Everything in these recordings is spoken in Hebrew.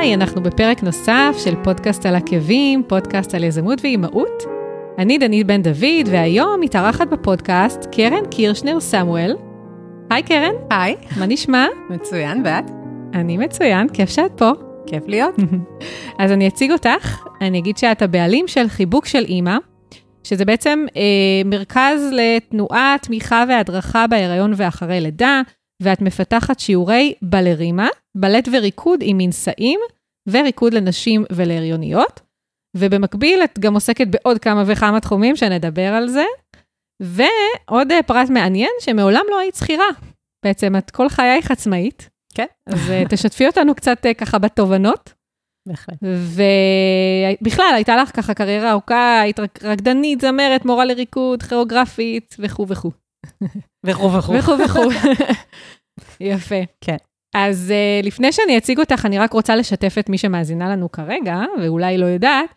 היי, אנחנו בפרק נוסף של פודקאסט על עקבים, פודקאסט על יזמות ואימהות. אני דנית בן דוד, והיום מתארחת בפודקאסט קרן קירשנר סמואל. היי קרן. היי. מה נשמע? מצוין, ואת? אני מצוין, כיף שאת פה. כיף להיות. אז אני אציג אותך, אני אגיד שאת הבעלים של חיבוק של אימא, שזה בעצם מרכז לתנועה, תמיכה והדרכה בהיריון ואחרי לידה, ואת מפתחת שיעורי בלרימה, בלט וריקוד עם מנסאים, וריקוד לנשים ולהריוניות, ובמקביל את גם עוסקת בעוד כמה וכמה תחומים שנדבר על זה, ועוד פרט מעניין שמעולם לא היית שכירה, בעצם את כל חייך עצמאית, כן. אז תשתפי אותנו קצת ככה בתובנות, בהחלט. ובכלל הייתה לך ככה קריירה ארוכה, היית רקדנית, זמרת, מורה לריקוד, כירוגרפית וכו' וכו'. וכו'. יפה. כן. אז לפני שאני אציג אותך, אני רק רוצה לשתף את מי שמאזינה לנו כרגע, ואולי לא יודעת,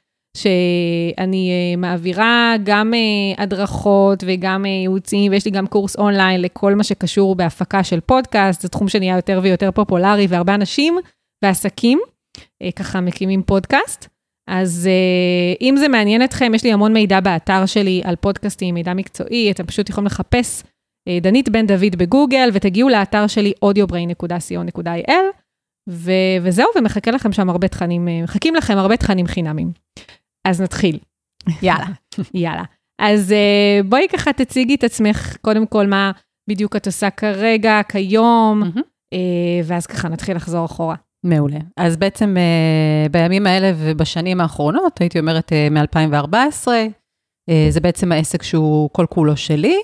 שאני מעבירה גם הדרכות וגם ייעוצים, ויש לי גם קורס אונליין לכל מה שקשור בהפקה של פודקאסט, זה תחום שנהיה יותר ויותר פופולרי, והרבה אנשים ועסקים ככה מקימים פודקאסט. אז אם זה מעניין אתכם, יש לי המון מידע באתר שלי על פודקאסטים, מידע מקצועי, אתם פשוט יכולים לחפש דנית בן דוד בגוגל, ותגיעו לאתר שלי audiobrain.co.il, וזהו, ומחכים לכם שם הרבה תכנים חינמים. אז נתחיל. יאללה. אז בואי ככה תציגי את עצמך, קודם כל מה בדיוק את עושה כרגע, כיום, ואז ככה נתחיל לחזור אחורה. מעולה. אז בעצם בימים האלה ובשנים האחרונות, הייתי אומרת מ-2014, זה בעצם העסק שהוא כל כולו שלי,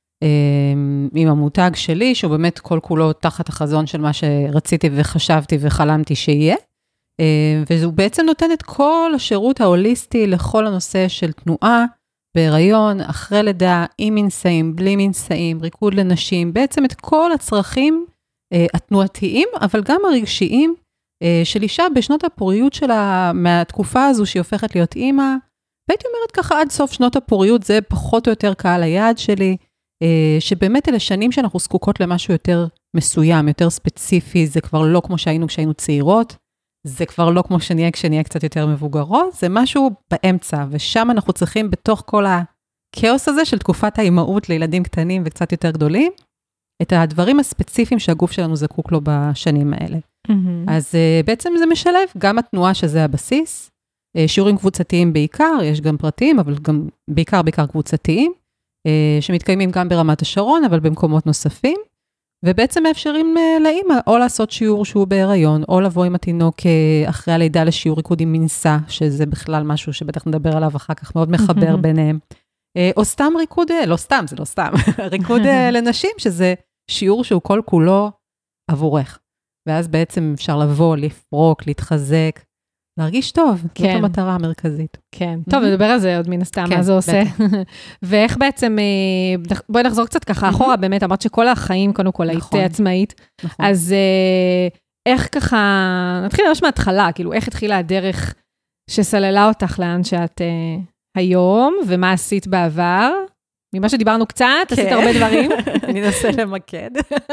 עם המותג שלי, שהוא באמת כל כולו תחת החזון של מה שרציתי וחשבתי וחלמתי שיהיה, והוא בעצם נותן את כל השירות ההוליסטי לכל הנושא של תנועה, בהיריון, אחרי לידה, עם מנסאים, בלי מנסאים, ריקוד לנשים, בעצם את כל הצרכים התנועתיים, אבל גם הרגשיים של אישה בשנות הפוריות שלה, מהתקופה הזו שהיא הופכת להיות אימא, והייתי אומרת ככה עד סוף שנות הפוריות, זה פחות או יותר קהל היעד שלי, שבאמת אלה שנים שאנחנו זקוקות למשהו יותר מסוים, יותר ספציפי, זה כבר לא כמו שהיינו כשהיינו צעירות, זה כבר לא כמו כשנהיה קצת יותר מבוגרות, זה משהו באמצע, ושם אנחנו צריכים בתוך כל הכאוס הזה של תקופת האימהות לילדים קטנים וקצת יותר גדולים, את הדברים הספציפיים שהגוף שלנו זקוק לו בשנים האלה. אז בעצם זה משלב גם התנועה שזה הבסיס, שיעורים קבוצתיים בעיקר, יש גם פרטיים, אבל גם בעיקר קבוצתיים, שמתקיימים גם ברמת השרון, אבל במקומות נוספים, ובעצם מאפשרים לאמא או לעשות שיעור שהוא בהיריון, או לבוא עם התינוק אחרי הלידה לשיעור ריקוד עם מנסה, שזה בכלל משהו שבטח נדבר עליו אחר כך, מאוד מחבר ביניהם, או סתם ריקוד, לא סתם, זה לא סתם, ריקוד לנשים, שזה שיעור שהוא כל כולו עבורך. ואז בעצם אפשר לבוא, לפרוק, להתחזק, להרגיש טוב, זאת המטרה המרכזית. כן, טוב, נדבר על זה עוד מן הסתם, מה זה עושה. ואיך בעצם, בואי נחזור קצת ככה אחורה, באמת, אמרת שכל החיים, קודם כל, היית עצמאית, אז איך ככה, נתחיל ממש מההתחלה, כאילו, איך התחילה הדרך שסללה אותך לאן שאת היום, ומה עשית בעבר? ממה שדיברנו קצת, עשית הרבה דברים. אני אנסה למקד.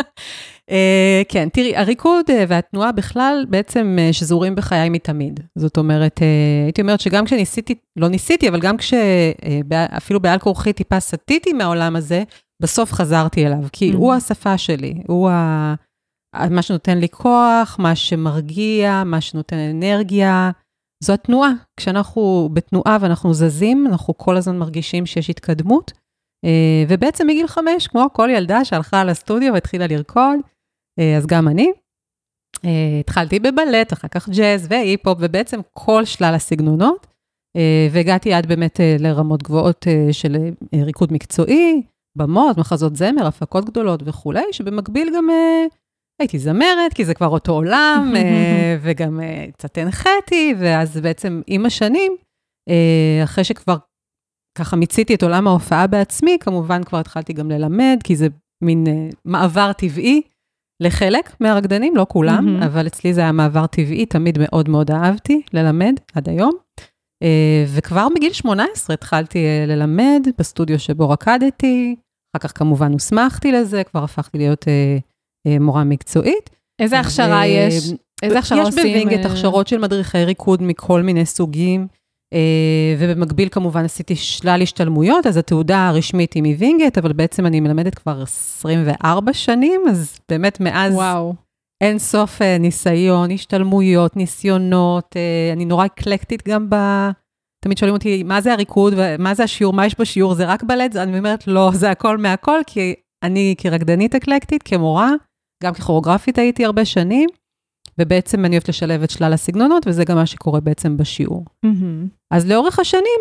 כן, תראי, הריקוד והתנועה בכלל בעצם שזורים בחיי מתמיד. זאת אומרת, הייתי אומרת שגם כשניסיתי, לא ניסיתי, אבל גם כשאפילו בעל כורחי טיפה סטיתי מהעולם הזה, בסוף חזרתי אליו, כי הוא השפה שלי, הוא מה שנותן לי כוח, מה שמרגיע, מה שנותן אנרגיה, זו התנועה. כשאנחנו בתנועה ואנחנו זזים, אנחנו כל הזמן מרגישים שיש התקדמות, ובעצם מגיל 5, כמו כל ילדה שהלכה לסטודיו והתחילה לרקוד, אז גם אני, התחלתי בבלט, אחר כך ג'אז והיפ-הופ, ובעצם כל שלל הסגנונות, והגעתי עד באמת לרמות גבוהות של ריקוד מקצועי, במות, מחזות זמר, הפקות גדולות וכו', שבמקביל גם הייתי זמרת, כי זה כבר אותו עולם, וגם קצת הנחיתי, ואז בעצם עם השנים, אחרי שכבר ככה מיציתי את עולם ההופעה בעצמי, כמובן כבר התחלתי גם ללמד, כי זה מין מעבר טבעי לחלק מהרקדנים, לא כולם, אבל אצלי זה היה מעבר טבעי, תמיד מאוד מאוד אהבתי ללמד עד היום, וכבר בגיל 18 התחלתי ללמד בסטודיו שבו רקדתי, אחר כך כמובן הוסמכתי לזה, כבר הפכתי להיות מורה מקצועית. איזה הכשרה יש? איזה הכשרה עושים? יש בווינגייט הכשרות של מדריכי ריקוד מכל מיני סוגים, ובמקביל כמובן עשיתי שלל השתלמויות, אז התעודה הרשמית היא מווינגייט, אבל בעצם אני מלמדת כבר 24 שנים, אז באמת מאז אין סוף ניסיון, השתלמויות, ניסיונות, אני נורא אקלקטית גם תמיד שואלים אותי, מה זה הריקוד, מה זה השיעור, מה יש בשיעור, זה רק בלט, אני אומרת, לא, זה הכל מהכל, כי אני כרקדנית אקלקטית, כמורה, גם ככוריאוגרפית הייתי הרבה שנים, ובעצם אני אוהבת לשלב את שלל הסגנונות, וזה גם מה שקורה בעצם בשיעור. אז לאורך השנים,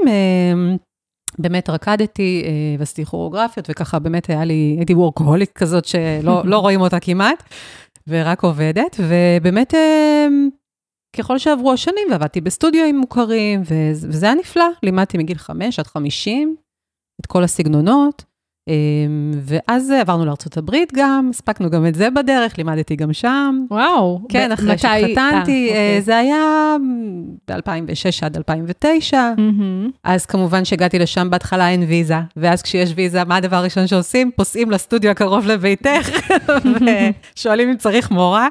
באמת רקדתי, ועשיתי כוריאוגרפיות, וככה באמת הייתי וורקהוליק כזאת, שלא רואים אותה כמעט, ורק עובדת, ובאמת, ככל שעברו השנים, ועבדתי בסטודיו מוכרים, וזה היה נפלא, לימדתי מגיל 5 עד 50, את כל הסגנונות, ואז עברנו לארצות הברית גם, הספקנו גם את זה בדרך, לימדתי גם שם. וואו. כן, אחרי שחתנתי, זה היה ב-2006 עד 2009, אז כמובן שהגעתי לשם בהתחלה אין ויזה, ואז כשיש ויזה, מה הדבר הראשון שעושים? פוסעים לסטודיו הקרוב לביתך, ושואלים אם צריך מורה,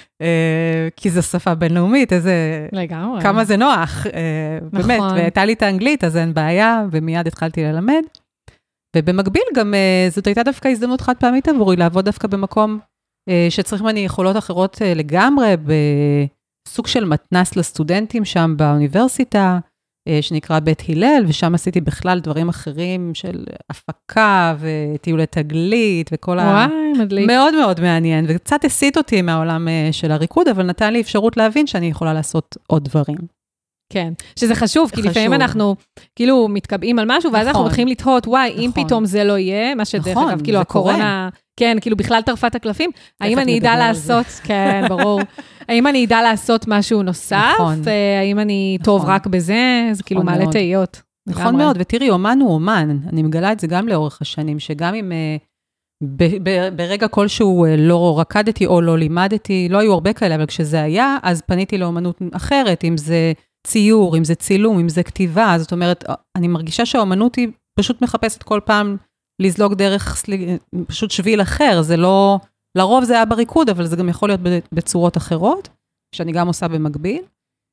כי זו שפה בינלאומית, כמה זה נוח, באמת, והייתה לי את האנגלית, אז אין בעיה, ומיד התחלתי ללמד. ובמקביל גם, זאת הייתה דווקא הזדמנות חד פעמית עבורי, לעבוד דווקא במקום שצריך ממני יכולות אחרות לגמרי, בסוג של מתנס לסטודנטים שם באוניברסיטה, שנקרא בית הלל, ושם עשיתי בכלל דברים אחרים של הפקה וטיולי תגלית, וכל מדליק. מאוד מאוד מעניין, וקצת הסיט אותי מהעולם של הריקוד, אבל נתן לי אפשרות להבין שאני יכולה לעשות עוד דברים. כן, שזה חשוב, כי לפעמים אנחנו כאילו מתקבעים על משהו, ואז אנחנו מתחילים לתהות, וואי, אם פתאום זה לא יהיה, מה שדרך אגב, כאילו הקורונה, כן, כאילו בכלל טרפת הקלפים, האם אני אדע לעשות, כן, ברור, האם אני אדע לעשות משהו נוסף, האם אני טוב רק בזה, זה כאילו מעלה תהיות. נכון מאוד, ותראי, אומן הוא אומן, אני מגלה את זה גם לאורך השנים, שגם אם ברגע כלשהו לא רקדתי או לא לימדתי, לא היו הרבה כאלה, אבל כשזה היה, אז פניתי לאומנות אחרת, אם זה ציור, אם זה צילום, אם זה כתיבה, זאת אומרת, אני מרגישה שהאומנות היא פשוט מחפשת כל פעם לזלוג דרך פשוט שביל אחר, זה לא, לרוב זה היה בריקוד, אבל זה גם יכול להיות בצורות אחרות, שאני גם עושה במקביל.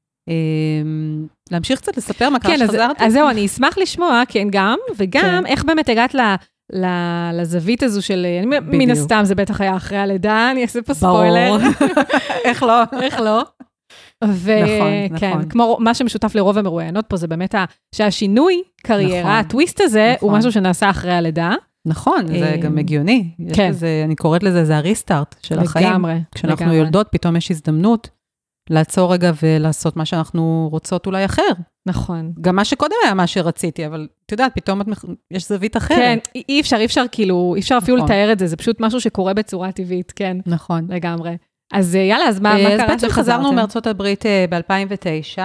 להמשיך קצת לספר מה כמה שחזרתי? אז זהו, אני אשמח לשמוע, כן, גם, וגם איך באמת הגעת לזווית הזו של, מן הסתם זה בטח היה אחרי הלידה, אני אעשה פה ספוילר. איך לא? איך לא? וכן, כמו מה שמשותף לרוב המרואיינות פה, זה באמת שהשינוי קריירה, הטוויסט הזה, הוא משהו שנעשה אחרי הלידה. נכון, זה גם הגיוני. אני קוראת לזה, זה הריסטארט של החיים. לגמרי. כשאנחנו יולדות, פתאום יש הזדמנות לעצור רגע ולעשות מה שאנחנו רוצות אולי אחר. נכון. גם מה שקודם היה מה שרציתי, אבל את יודעת, פתאום יש זווית אחרת. כן, אי אפשר כאילו, אי אפשר אפילו לתאר את זה, זה פשוט משהו שקורה בצורה טבעית, כן. נכון. לגמרי. אז יאללה, אז מה קרה? אז בעצם חזרנו מארצות הברית ב-2009,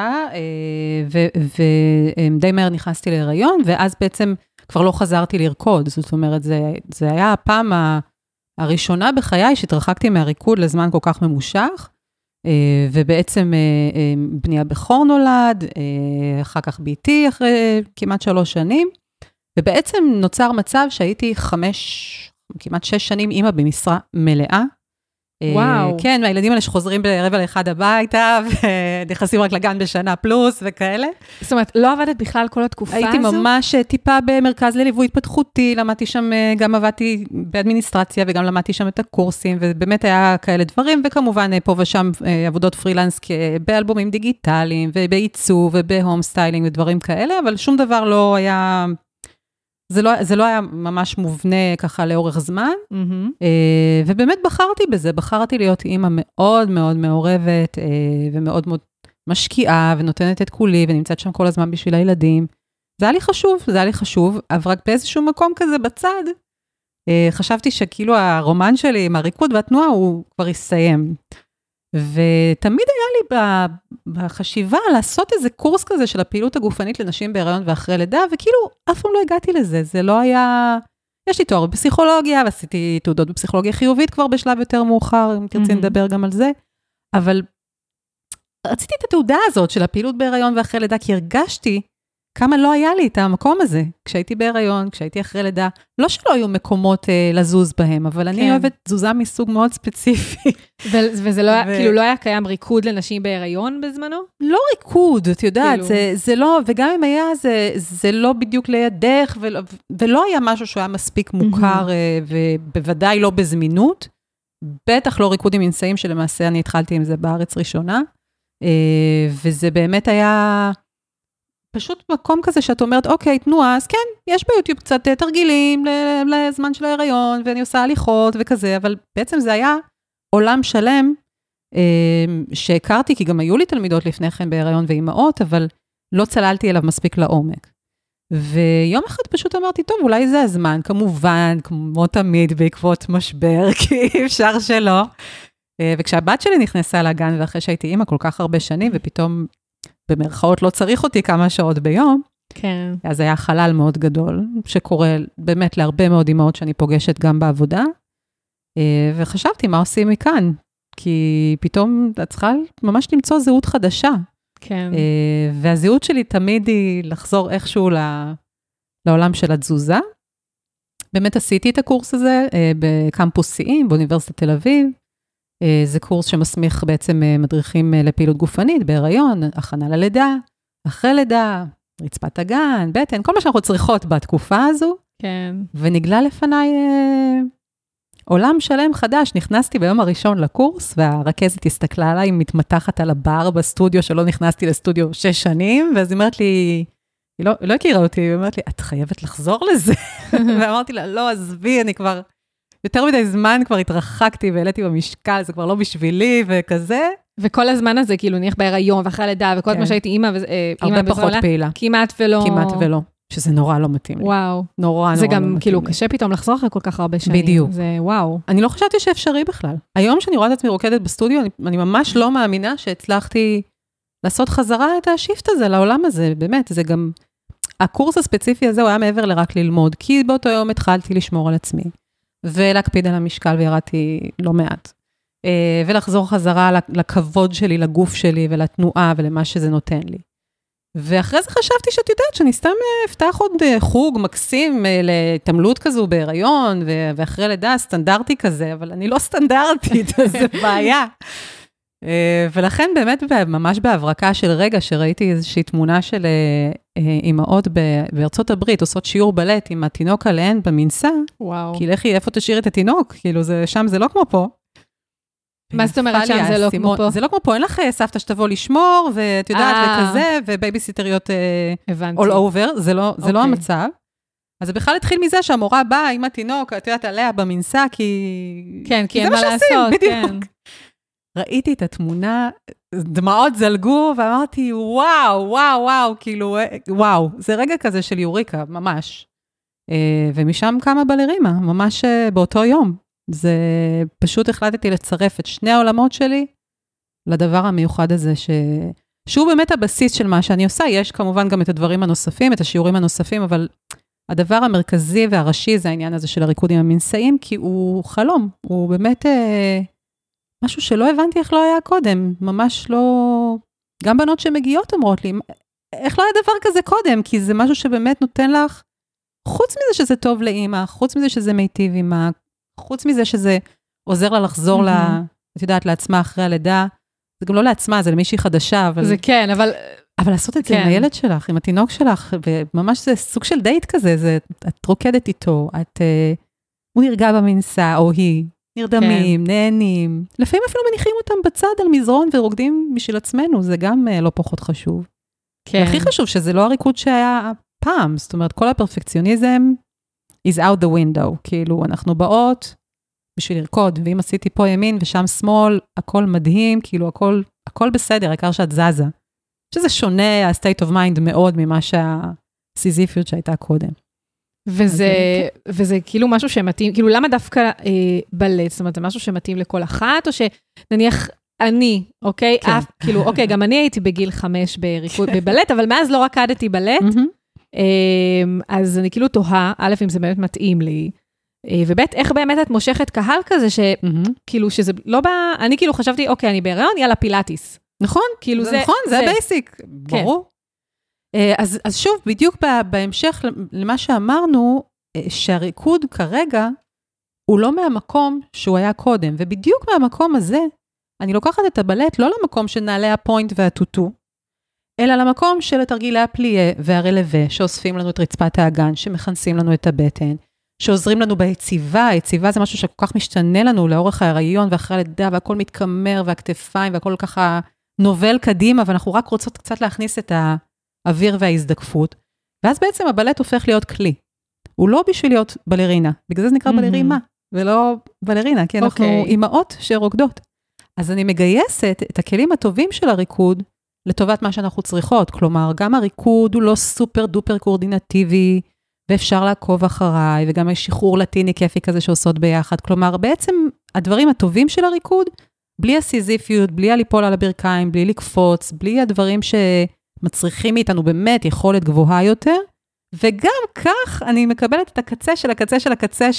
ודי מהר נכנסתי להיריון, ואז בעצם כבר לא חזרתי לרקוד, זאת אומרת, זה היה הפעם הראשונה בחיי שהתרחקתי מהריקוד לזמן כל כך ממושך, ובעצם בנייה בחור נולד, אחר כך ביתי אחרי כמעט 3 שנים, ובעצם נוצר מצב שהייתי כמעט 6 שנים אימא במשרה מלאה, וואו. כן, והילדים האלה שחוזרים ב12:45 הביתה, ונכנסים רק לגן בשנה פלוס וכאלה. זאת אומרת, לא עבדת בכלל כל התקופה הזו? הייתי ממש טיפה במרכז לליווי התפתחותי, למדתי שם, גם עבדתי באדמיניסטרציה, וגם למדתי שם את הקורסים, ובאמת היה כאלה דברים, וכמובן פה ושם עבודות פרילנס באלבומים דיגיטליים, ובעיצוב, ובהום סטיילינג ודברים כאלה, אבל שום דבר לא היה זה לא היה ממש מובנה ככה לאורך זמן, ובאמת בחרתי בזה, בחרתי להיות אימא מאוד מאוד מעורבת, ומאוד מאוד משקיעה, ונותנת את כולי, ונמצאת שם כל הזמן בשביל הילדים. זה היה לי חשוב, אבל רק באיזשהו מקום כזה בצד, חשבתי שכאילו הרומן שלי עם הריקוד והתנועה, הוא כבר יסיים. ותמיד היה לי בחשיבה לעשות איזה קורס כזה של הפעילות הגופנית לנשים בהיריון ואחרי לידה, וכאילו אף פעם לא הגעתי לזה, זה לא היה... יש לי תואר בפסיכולוגיה, ועשיתי תעודות בפסיכולוגיה חיובית כבר בשלב יותר מאוחר, אם תרצי נדבר גם על זה, אבל רציתי את התעודה הזאת של הפעילות בהיריון ואחרי לידה, כי הרגשתי כמה לא היה לי את המקום הזה, כשהייתי בהיריון, כשהייתי אחרי לידה, לא שלא היו מקומות לזוז בהם, אבל אני אוהבת תזוזה מסוג מאוד ספציפי. וזה לא, כאילו לא היה קיים ריקוד לנשים בהיריון בזמנו? לא ריקוד, את יודעת, זה לא, וגם אם היה, זה לא בדיוק לידך, ולא היה משהו שהוא היה מספיק מוכר, ובוודאי לא בזמינות, בטח לא ריקודים מנשאים, שלמעשה אני התחלתי עם זה בארץ ראשונה, וזה באמת היה פשוט מקום כזה שאת אומרת, אוקיי, תנועה, אז כן, יש ביוטיוב קצת תרגילים לזמן של ההיריון, ואני עושה הליכות וכזה, אבל בעצם זה היה עולם שלם שהכרתי, כי גם היו לי תלמידות לפני כן בהיריון ואימהות, אבל לא צללתי אליו מספיק לעומק. ויום אחד פשוט אמרתי, טוב, אולי זה הזמן, כמובן, כמו תמיד בעקבות משבר, כי אי אפשר שלא. וכשהבת שלי נכנסה לגן, ואחרי שהייתי אימא כל כך הרבה שנים, ופתאום במרכאות לא צריך אותי כמה שעות ביום, כן. אז היה חלל מאוד גדול, שקורה באמת להרבה מאוד אימהות שאני פוגשת גם בעבודה, וחשבתי מה עושים מכאן, כי פתאום את צריכה ממש למצוא זהות חדשה. כן. והזהות שלי תמיד היא לחזור איכשהו לעולם של התזוזה. באמת עשיתי את הקורס הזה בקמפוס סיים, באוניברסיטת תל אביב. זה קורס שמסמיך בעצם מדריכים לפעילות גופנית, בהיריון, הכנה ללידה, אחרי לידה, רצפת הגן, בטן, כל מה שאנחנו צריכות בתקופה הזו. כן. ונגלה לפניי עולם שלם חדש. נכנסתי ביום הראשון לקורס, והרכזת הסתכלה עליי, מתמתחת על הבר בסטודיו, שלא נכנסתי לסטודיו 6 שנים, ואז היא אומרת לי, היא לא הכירה אותי, היא אומרת לי, את חייבת לחזור לזה. ואמרתי לה, לא, עזבי, אני כבר יותר מדי זמן כבר התרחקתי, והעליתי במשקל, זה כבר לא בשבילי, וכזה. וכל הזמן הזה, כאילו, נניח בהיריון, ואחרי הלידה, וכל מה שהייתי אימא, הרבה פחות פעילה. כמעט ולא. כמעט ולא. שזה נורא לא מתאים לי. וואו. נורא זה לא גם מתאים כאילו לי. קשה פתאום לחזור אחרי כל כך הרבה שנים. בדיוק. זה וואו. אני לא חשבתי שאפשרי בכלל. היום שאני רואה את עצמי רוקדת בסטודיו, אני ממש לא מאמינה שהצלחתי לעשות חזרה את השיפט הזה לעולם הזה. באמת, זה גם, הקורס הספציפי הזה הוא היה מעבר לרק ללמוד, כי באותו יום התחלתי לשמור על עצמי, ולהקפיד על המשקל, וירדתי לא מעט. ולחזור חזרה לכבוד שלי, לגוף שלי, ולתנועה, ולמה שזה נותן לי. ואחרי זה חשבתי שאת יודעת, שאני סתם אפתח עוד חוג מקסים להתעמלות כזו בהיריון, ואחרי לידה סטנדרטי כזה, אבל אני לא סטנדרטית, אז זה בעיה. ולכן באמת ממש בהברקה של רגע, שראיתי איזושהי תמונה של אימהות בארצות הברית, עושות שיעור בלט עם התינוק עליהן במנסה, וואו. כי לכי, איפה תשאיר את התינוק? כאילו, שם זה לא כמו פה. מה זאת אומרת שם זה לא כמו פה? זה לא כמו פה, אין לך סבתא שתבוא לשמור, ואת יודעת, וכזה, ובייביסיטריות all over, זה לא המצב. אז זה בכלל התחיל מזה שהמורה באה עם התינוק, את יודעת, עליה במנסה, כן, כי אין מה לעשות, כן. ראיתי את התמונה, דמעות זלגו, ואמרתי, וואו, וואו, וואו, כאילו, וואו, זה רגע כזה של יוריקה, ממש. ומשם קמה בלרימה, ממש באותו יום. זה פשוט החלטתי לצרף את שני העולמות שלי, לדבר המיוחד הזה, שהוא באמת הבסיס של מה שאני עושה. יש כמובן גם את הדברים הנוספים, את השיעורים הנוספים, אבל הדבר המרכזי והראשי זה העניין הזה של הריקודים המנסאים, כי הוא חלום, הוא באמת משהו שלא הבנתי איך לא היה קודם, ממש לא, גם בנות שמגיעות אומרות לי, איך לא היה דבר כזה קודם, כי זה משהו שבאמת נותן לך, חוץ מזה שזה טוב לאמא, חוץ מזה שזה מיטיב אמא, חוץ מזה שזה עוזר לה לחזור את יודעת, לעצמה אחרי הלידה, זה גם לא לעצמה, זה למישהי חדשה, אבל... זה כן, אבל... אבל לעשות את זה עם הילד שלך, עם התינוק שלך, וממש זה סוג של דייט כזה, את רוקדת איתו, הוא נרגע במנסה, או היא, נרדמים, נהנים, לפעמים אפילו מניחים אותם בצד על מזרון, ורוקדים בשביל עצמנו, זה גם לא פחות חשוב. כן. הכי חשוב שזה לא הריקוד שהיה פעם, זאת אומרת, כל הפרפקציוניזם is out the window, כאילו, אנחנו באות בשביל לרקוד, ואם עשיתי פה ימין ושם שמאל, הכל מדהים, כאילו, הכל בסדר, העיקר שאת זזה. שזה שונה, ה-state of mind מאוד ממה שהסיזיפיות שהייתה קודם. וזה כאילו משהו שמתאים, כאילו למה דווקא בלט? זאת אומרת, זה משהו שמתאים לכל אחת, או שנניח אני, אוקיי? כאילו, אוקיי, גם אני הייתי בגיל 5 בריקוד בבלט, אבל מאז לא רקדתי בלט, אז אני כאילו תוהה, א', אם זה באמת מתאים לי, וב', איך באמת את מושכת קהל כזה, שכאילו שזה לא בא, אני כאילו חשבתי, אוקיי, אני בהיריון, יאללה פילאטיס. נכון, כאילו זה נכון, זה הבייסיק, ברור. אז שוב, בדיוק בהמשך למה שאמרנו, שהריקוד כרגע, הוא לא מהמקום שהוא היה קודם, ובדיוק מהמקום הזה, אני לוקחת את הבלט לא למקום של נעלי הפוינט והטוטו, אלא למקום של התרגילי הפליה והרלווה, שאוספים לנו את רצפת האגן, שמכנסים לנו את הבטן, שעוזרים לנו ביציבה. היציבה זה משהו שכל כך משתנה לנו לאורך ההיריון, ואחרי הלידה, והכל מתקמר, והכתפיים, והכל ככה נובל קדימה, ואנחנו רק רוצות קצת להכניס את האוויר וההזדקפות. ואז בעצם הבלט הופך להיות כלי. הוא לא בשביל להיות בלרינה, בגלל זה נקרא בלרימה, ולא בלרינה, כי אנחנו אימהות שרוקדות. אז אני מגייסת את הכלים הטובים של הריקוד, לטובת מה שאנחנו צריכות. כלומר, גם הריקוד הוא לא סופר דופר קואורדינטיבי, ואפשר לעקוב אחריי, וגם יש שחרור לטיני כיפי כזה שעושות ביחד. כלומר, בעצם הדברים הטובים של הריקוד, בלי הסיזיפיות, בלי הליפול על הברכיים, בלי לקפוץ, בלי הדברים שמצריכים מאיתנו באמת יכולת גבוהה יותר, וגם כך אני מקבלת את הקצה של הקצה של הקצה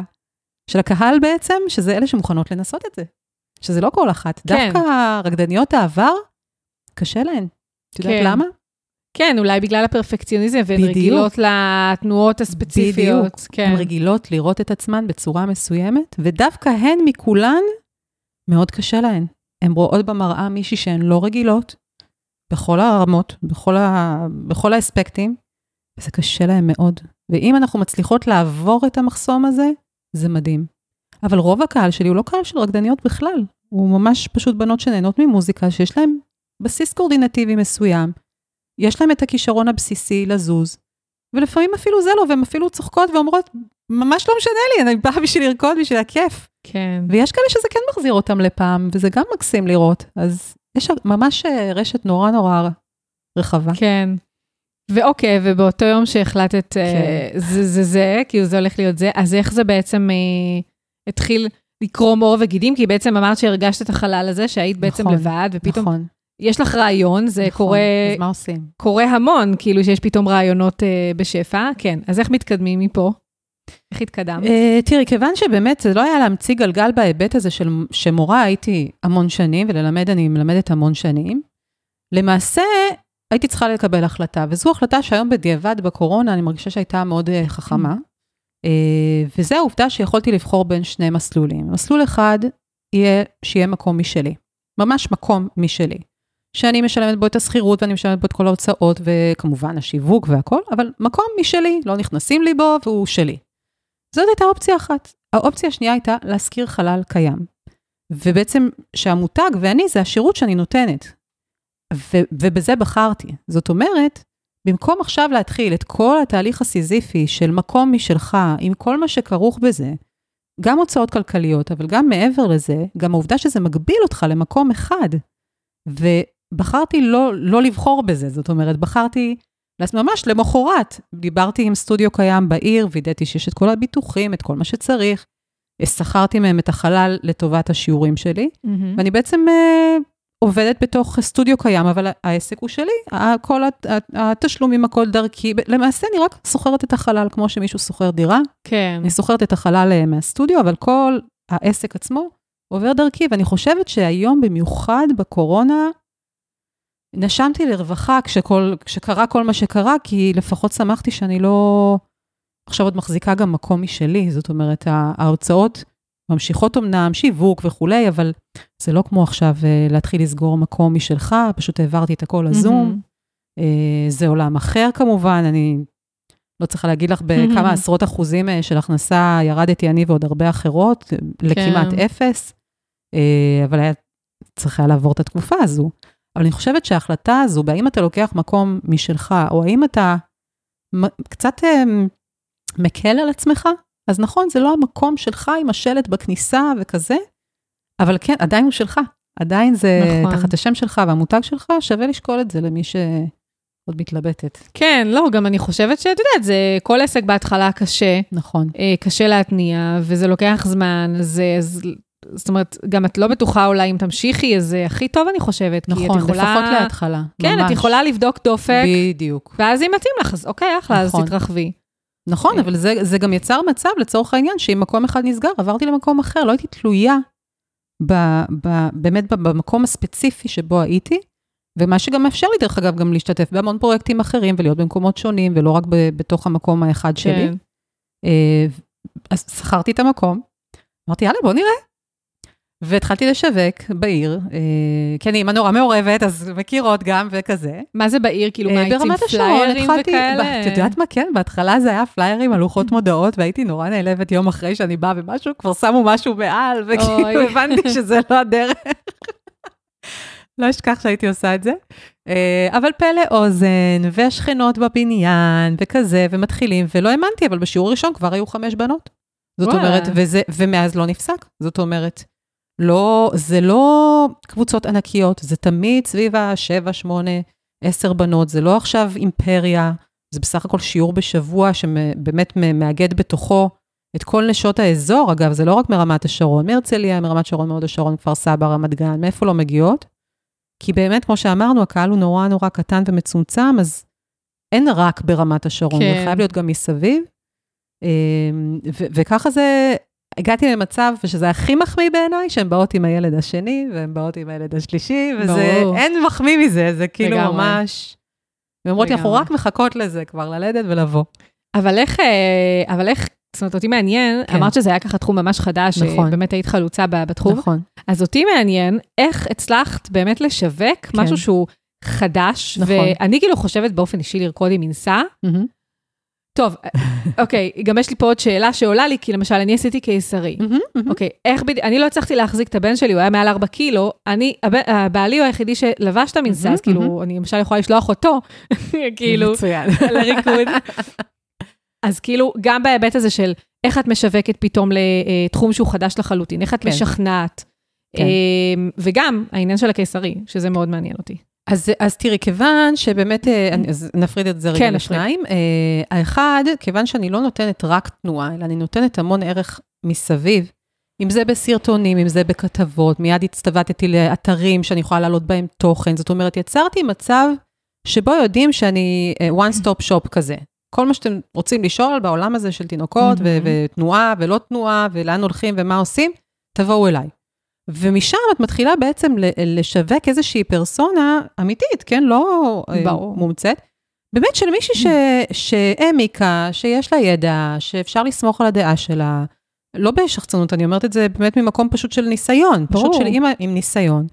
של הקהל בעצם, שזה אלה שמוכנות לנסות את זה. שזה לא כל אחת. כן. דווקא רקדניות העבר, קשה להן. את יודעת כן. למה? כן, אולי בגלל הפרפקציוניזם, והן רגילות לתנועות הספציפיות. בדיוק. כן. הן רגילות לראות את עצמן בצורה מסוימת, ודווקא הן מכולן מאוד קשה להן. הן רואות במראה מישהי שהן לא רגילות, בכל הרמות, בכל האספקטים, וזה קשה להן מאוד. ואם אנחנו מצליחות לעבור את המחסום הזה, זה מדהים. אבל רוב הקהל שלי הוא לא קהל של רקדניות בכלל. הוא ממש פשוט בנות שנהנות ממוזיקה, שיש להן בסיס קואורדינטיבי מסוים, יש להם את הכישרון הבסיסי לזוז, ולפעמים אפילו זה לא, והן אפילו צוחקות ואומרות, ממש לא משנה לי, אני באה בשביל לרקוד, בשביל הכיף. כן. ויש כאלה שזה כן מחזיר אותם לפעם, וזה גם מקסים לראות. אז יש ממש רשת נורא נורא רחבה. כן. ואוקיי, ובאותו יום שהחלטת, זה, כאילו זה הולך להיות זה, אז איך זה בעצם התחיל לקרום עור וגידים? כי בעצם אמרת שהרגשת את החלל הזה, שהיית בעצם לבד, ופתאום יש לך רעיון, זה קורה... אז מה עושים? קורה המון, כאילו שיש פתאום רעיונות בשפע. כן, אז איך מתקדמים מפה? איך התקדמת? תראי, כיוון שבאמת זה לא היה להמציא גלגל בהיבט הזה שמורה הייתי המון שנים, וללמד אני מלמדת המון שנים, למעשה הייתי צריכה לקבל החלטה, וזו החלטה שהיום בדיעבד בקורונה, אני מרגישה שהייתה מאוד חכמה, וזו העובדה שיכולתי לבחור בין שני מסלולים. מסלול אחד יהיה שיהיה מקום משלי, ממש מקום משלי, שאני משלמת בו את הסחירות, ואני משלמת בו את כל ההוצאות, וכמובן השיווק והכל, אבל מקום משלי, לא נכנסים לי בו, והוא שלי. זאת הייתה אופציה אחת. האופציה השנייה הייתה להזכיר חלל קיים. ובעצם שהמותג ואני זה השירות שאני נותנת. ובזה בחרתי. זאת אומרת, במקום עכשיו להתחיל את כל התהליך הסיזיפי של מקום משלך, עם כל מה שכרוך בזה, גם הוצאות כלכליות, אבל גם מעבר לזה, גם העובדה שזה מגביל אותך למקום אחד. ובחרתי לא לבחור בזה. זאת אומרת, בחרתי ממש למחרת, דיברתי עם סטודיו קיים בעיר, וידעתי שיש את כל הביטוחים, את כל מה שצריך, שכרתי מהם את החלל לטובת השיעורים שלי, ואני בעצם עובדת בתוך סטודיו קיים, אבל העסק הוא שלי, כל התשלומים, הכל דרכי, למעשה אני רק סוחרת את החלל, כמו שמישהו סוחר דירה, כן. אני סוחרת את החלל מהסטודיו, אבל כל העסק עצמו עובר דרכי, ואני חושבת שהיום במיוחד בקורונה, נשמתי לרווחה כשקרה כל מה שקרה, כי לפחות שמחתי שאני לא, עכשיו עוד מחזיקה גם מקום משלי, זאת אומרת, ההוצאות ממשיכות אמנם, שיווק וכולי, אבל זה לא כמו עכשיו להתחיל לסגור מקום משלך, פשוט העברתי את הכל לזום, זה עולם אחר כמובן, אני לא צריכה להגיד לך בכמה עשרות אחוזים של הכנסה, ירדתי אני ועוד הרבה אחרות, לכמעט אפס, אבל היה צריכה לעבור את התקופה הזו. אבל אני חושבת שההחלטה הזו, בהאם אתה לוקח מקום משלך, או האם אתה קצת מקל על עצמך, אז נכון, זה לא המקום שלך עם השלט בכניסה וכזה, אבל כן, עדיין הוא שלך. עדיין זה נכון. תחת השם שלך והמותג שלך, שווה לשקול את זה למי שעוד מתלבטת. כן, לא, גם אני חושבת שאת יודעת, זה כל עסק בהתחלה קשה. נכון. קשה להתניע, וזה לוקח זמן, זאת אומרת, גם את לא בטוחה אולי אם תמשיכי, אז זה הכי טוב אני חושבת. נכון, כי את יכולה... לפחות להתחלה. כן, ממש. את יכולה לבדוק דופק. בדיוק. ואז אם מתאים לך, אז אוקיי, אחלה, נכון. אז תתרחבי. נכון, אבל זה גם יצר מצב לצורך העניין, שאם מקום אחד נסגר, עברתי למקום אחר, לא הייתי תלויה באמת במקום הספציפי שבו הייתי, ומה שגם מאפשר לי, דרך אגב, גם להשתתף בהמון פרויקטים אחרים, ולהיות במקומות שונים, ולא רק בתוך המקום האחד שלי. אז שכרתי את המקום, אמרתי, יאללה, בוא נראה. והתחלתי לשווק בעיר, כי אני אימא נורא מעורבת, אז מכירות גם וכזה. מה זה בעיר? כאילו מה, יצאים פליירים וכאלה? את יודעת מה כן? בהתחלה זה היה פליירים על לוחות מודעות, והייתי נורא נעלבת יום אחרי שאני באה ומשהו, כבר שמו משהו מעל, וכאילו הבנתי שזה לא הדרך. לא אשכח שהייתי עושה את זה. אבל פלא אוזן, והשכנות בבניין, וכזה, ומתחילים, ולא האמנתי, אבל בשיעור הראשון כבר היו 5 בנות. זאת אומרת, ומאז לא נפסק. זאת אומרת, זה לא קבוצות ענקיות, זה תמיד סביב 7, 8, 10 בנות, זה לא עכשיו אימפריה, זה בסך הכל שיעור בשבוע שבאמת מאגד בתוכו את כל נשות האזור, אגב, זה לא רק מרמת השרון, מהרצליה, מרמת שרון, מאוד השרון, כפר סבא, רמת גן, מאיפה לא מגיעות? כי באמת, כמו שאמרנו, הקהל הוא נורא נורא קטן ומצומצם, אז אין רק ברמת השרון, זה חייב להיות גם מסביב, וככה זה, הגעתי למצב שזה הכי מחמיא בעיניי, שהן באות עם הילד השני, והן באות עם הילד השלישי, וזה, אין מחמיא מזה, זה כאילו ממש, ואומרות לי, אנחנו רק מחכות לזה, כבר ללדת ולבוא. אבל איך, זאת אומרת, אותי מעניין, אמרת שזה היה ככה תחום ממש חדש, שבאמת היית חלוצה בתחום, אז אותי מעניין, איך הצלחת באמת לשווק משהו שהוא חדש, ואני כאילו חושבת באופן אישי לרקוד עם מנסה, טוב, אוקיי, גם יש לי פה עוד שאלה שעולה לי, כי למשל, אני עשיתי קיסרי. אוקיי, אני לא הצלחתי להחזיק את הבן שלי, הוא היה מעל 4 קילו, הבעלי הוא היחידי שלבש את המנסה, אז כאילו, אני למשל יכולה לשלוח אותו, כאילו, לריקוד. אז כאילו, גם בהיבט הזה של איך את משווקת פתאום לתחום שהוא חדש לחלוטין, איך את משכנעת, וגם העניין של הקיסרי, שזה מאוד מעניין אותי. אז תראי, כיוון שבאמת, אז נפריד את זה רגע לשניים, האחד, כיוון שאני לא נותנת רק תנועה, אלא אני נותנת המון ערך מסביב, אם זה בסרטונים, אם זה בכתבות, מיד הצטוותתי לאתרים שאני יכולה לעלות בהם תוכן, זאת אומרת, יצרתי מצב שבו יודעים שאני one stop shop כזה. כל מה שאתם רוצים לשאול בעולם הזה של תינוקות ותנועה ולא תנועה, ולאן הולכים ומה עושים, תבואו אליי. ומשם את מתחילה בעצם לשווק איזושהי פרסונה אמיתית, כן? לא מומצאת. באמת של מישהי שהעמיקה, שיש לה ידע, שאפשר לסמוך על הדעה שלה. לא בשחצנות, אני אומרת את זה באמת ממקום פשוט של ניסיון, פשוט של אימא עם ניסיון.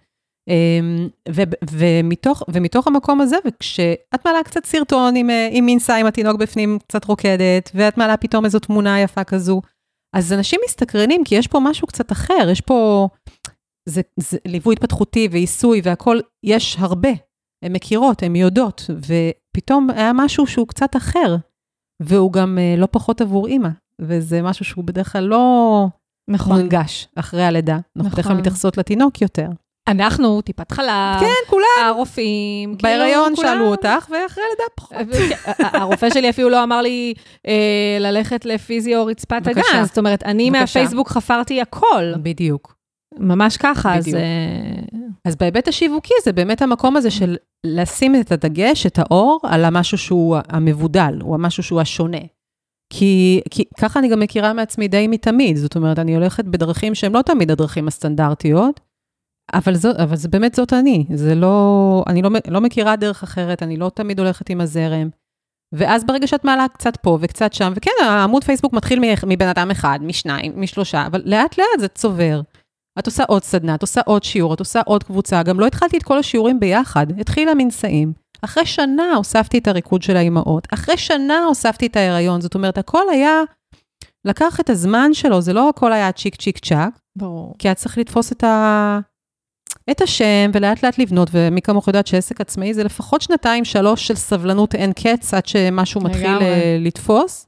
ומתוך המקום הזה, וכשאת מעלה קצת סרטון עם מינסה, עם התינוק בפנים קצת רוקדת, ואת מעלה פתאום איזו תמונה יפה כזו, אז אנשים מסתקרנים, כי יש פה משהו קצת אחר, יש פה, זה ליווי התפתחותי ועיסוי והכל, יש הרבה, הן מכירות, הן יודעות, ופתאום היה משהו שהוא קצת אחר, והוא גם לא פחות עבור אימא, וזה משהו שהוא בדרך כלל לא מונגש אחרי הלידה, אנחנו בדרך כלל מתייחסות לתינוק יותר. אנחנו, טיפת חלב, כן, כולם, הרופאים, בהיריון שאלו אותך, ואחרי לידה פחות. הרופא שלי אפילו לא אמר לי ללכת לפיזיו רצפת הגן, זאת אומרת, אני מהפייסבוק חפרתי הכל. בדיוק. ממש ככה, אז בהיבט השיווקי, זה באמת המקום הזה של לשים את הדגש, את האור, על המשהו שהוא המבודל, או המשהו שהוא השונה. כי ככה אני גם מכירה מעצמי די מתמיד, זאת אומרת, אני הולכת בדרכים שהן לא תמיד הדרכים הסטנדרטיות, אבל זה באמת זאת אני אני לא מכירה דרך אחרת, אני לא תמיד הולכת עם הזרם, ואז ברגע שאת מעלה קצת פה וקצת שם, וכן, העמוד פייסבוק מתחיל מבן אדם אחד, משניים, משלושה, אבל לאט לאט זה צובר. את עושה עוד סדנה, את עושה עוד שיעור, את עושה עוד קבוצה, גם לא התחלתי את כל השיעורים ביחד, התחילה מנסאים. אחרי שנה הוספתי את הריקוד של האימהות, אחרי שנה הוספתי את ההיריון, זאת אומרת, הכל היה, לקח את הזמן שלו, זה לא הכל היה צ'יק צ'יק צ'ק, ברור. כי את צריך לתפוס את השם, ולאט לאט לבנות, ומי כמוך יודעת שעסק עצמאי, זה לפחות 2-3 של סבלנות אין קץ, עד שמשהו מתחיל לתפוס.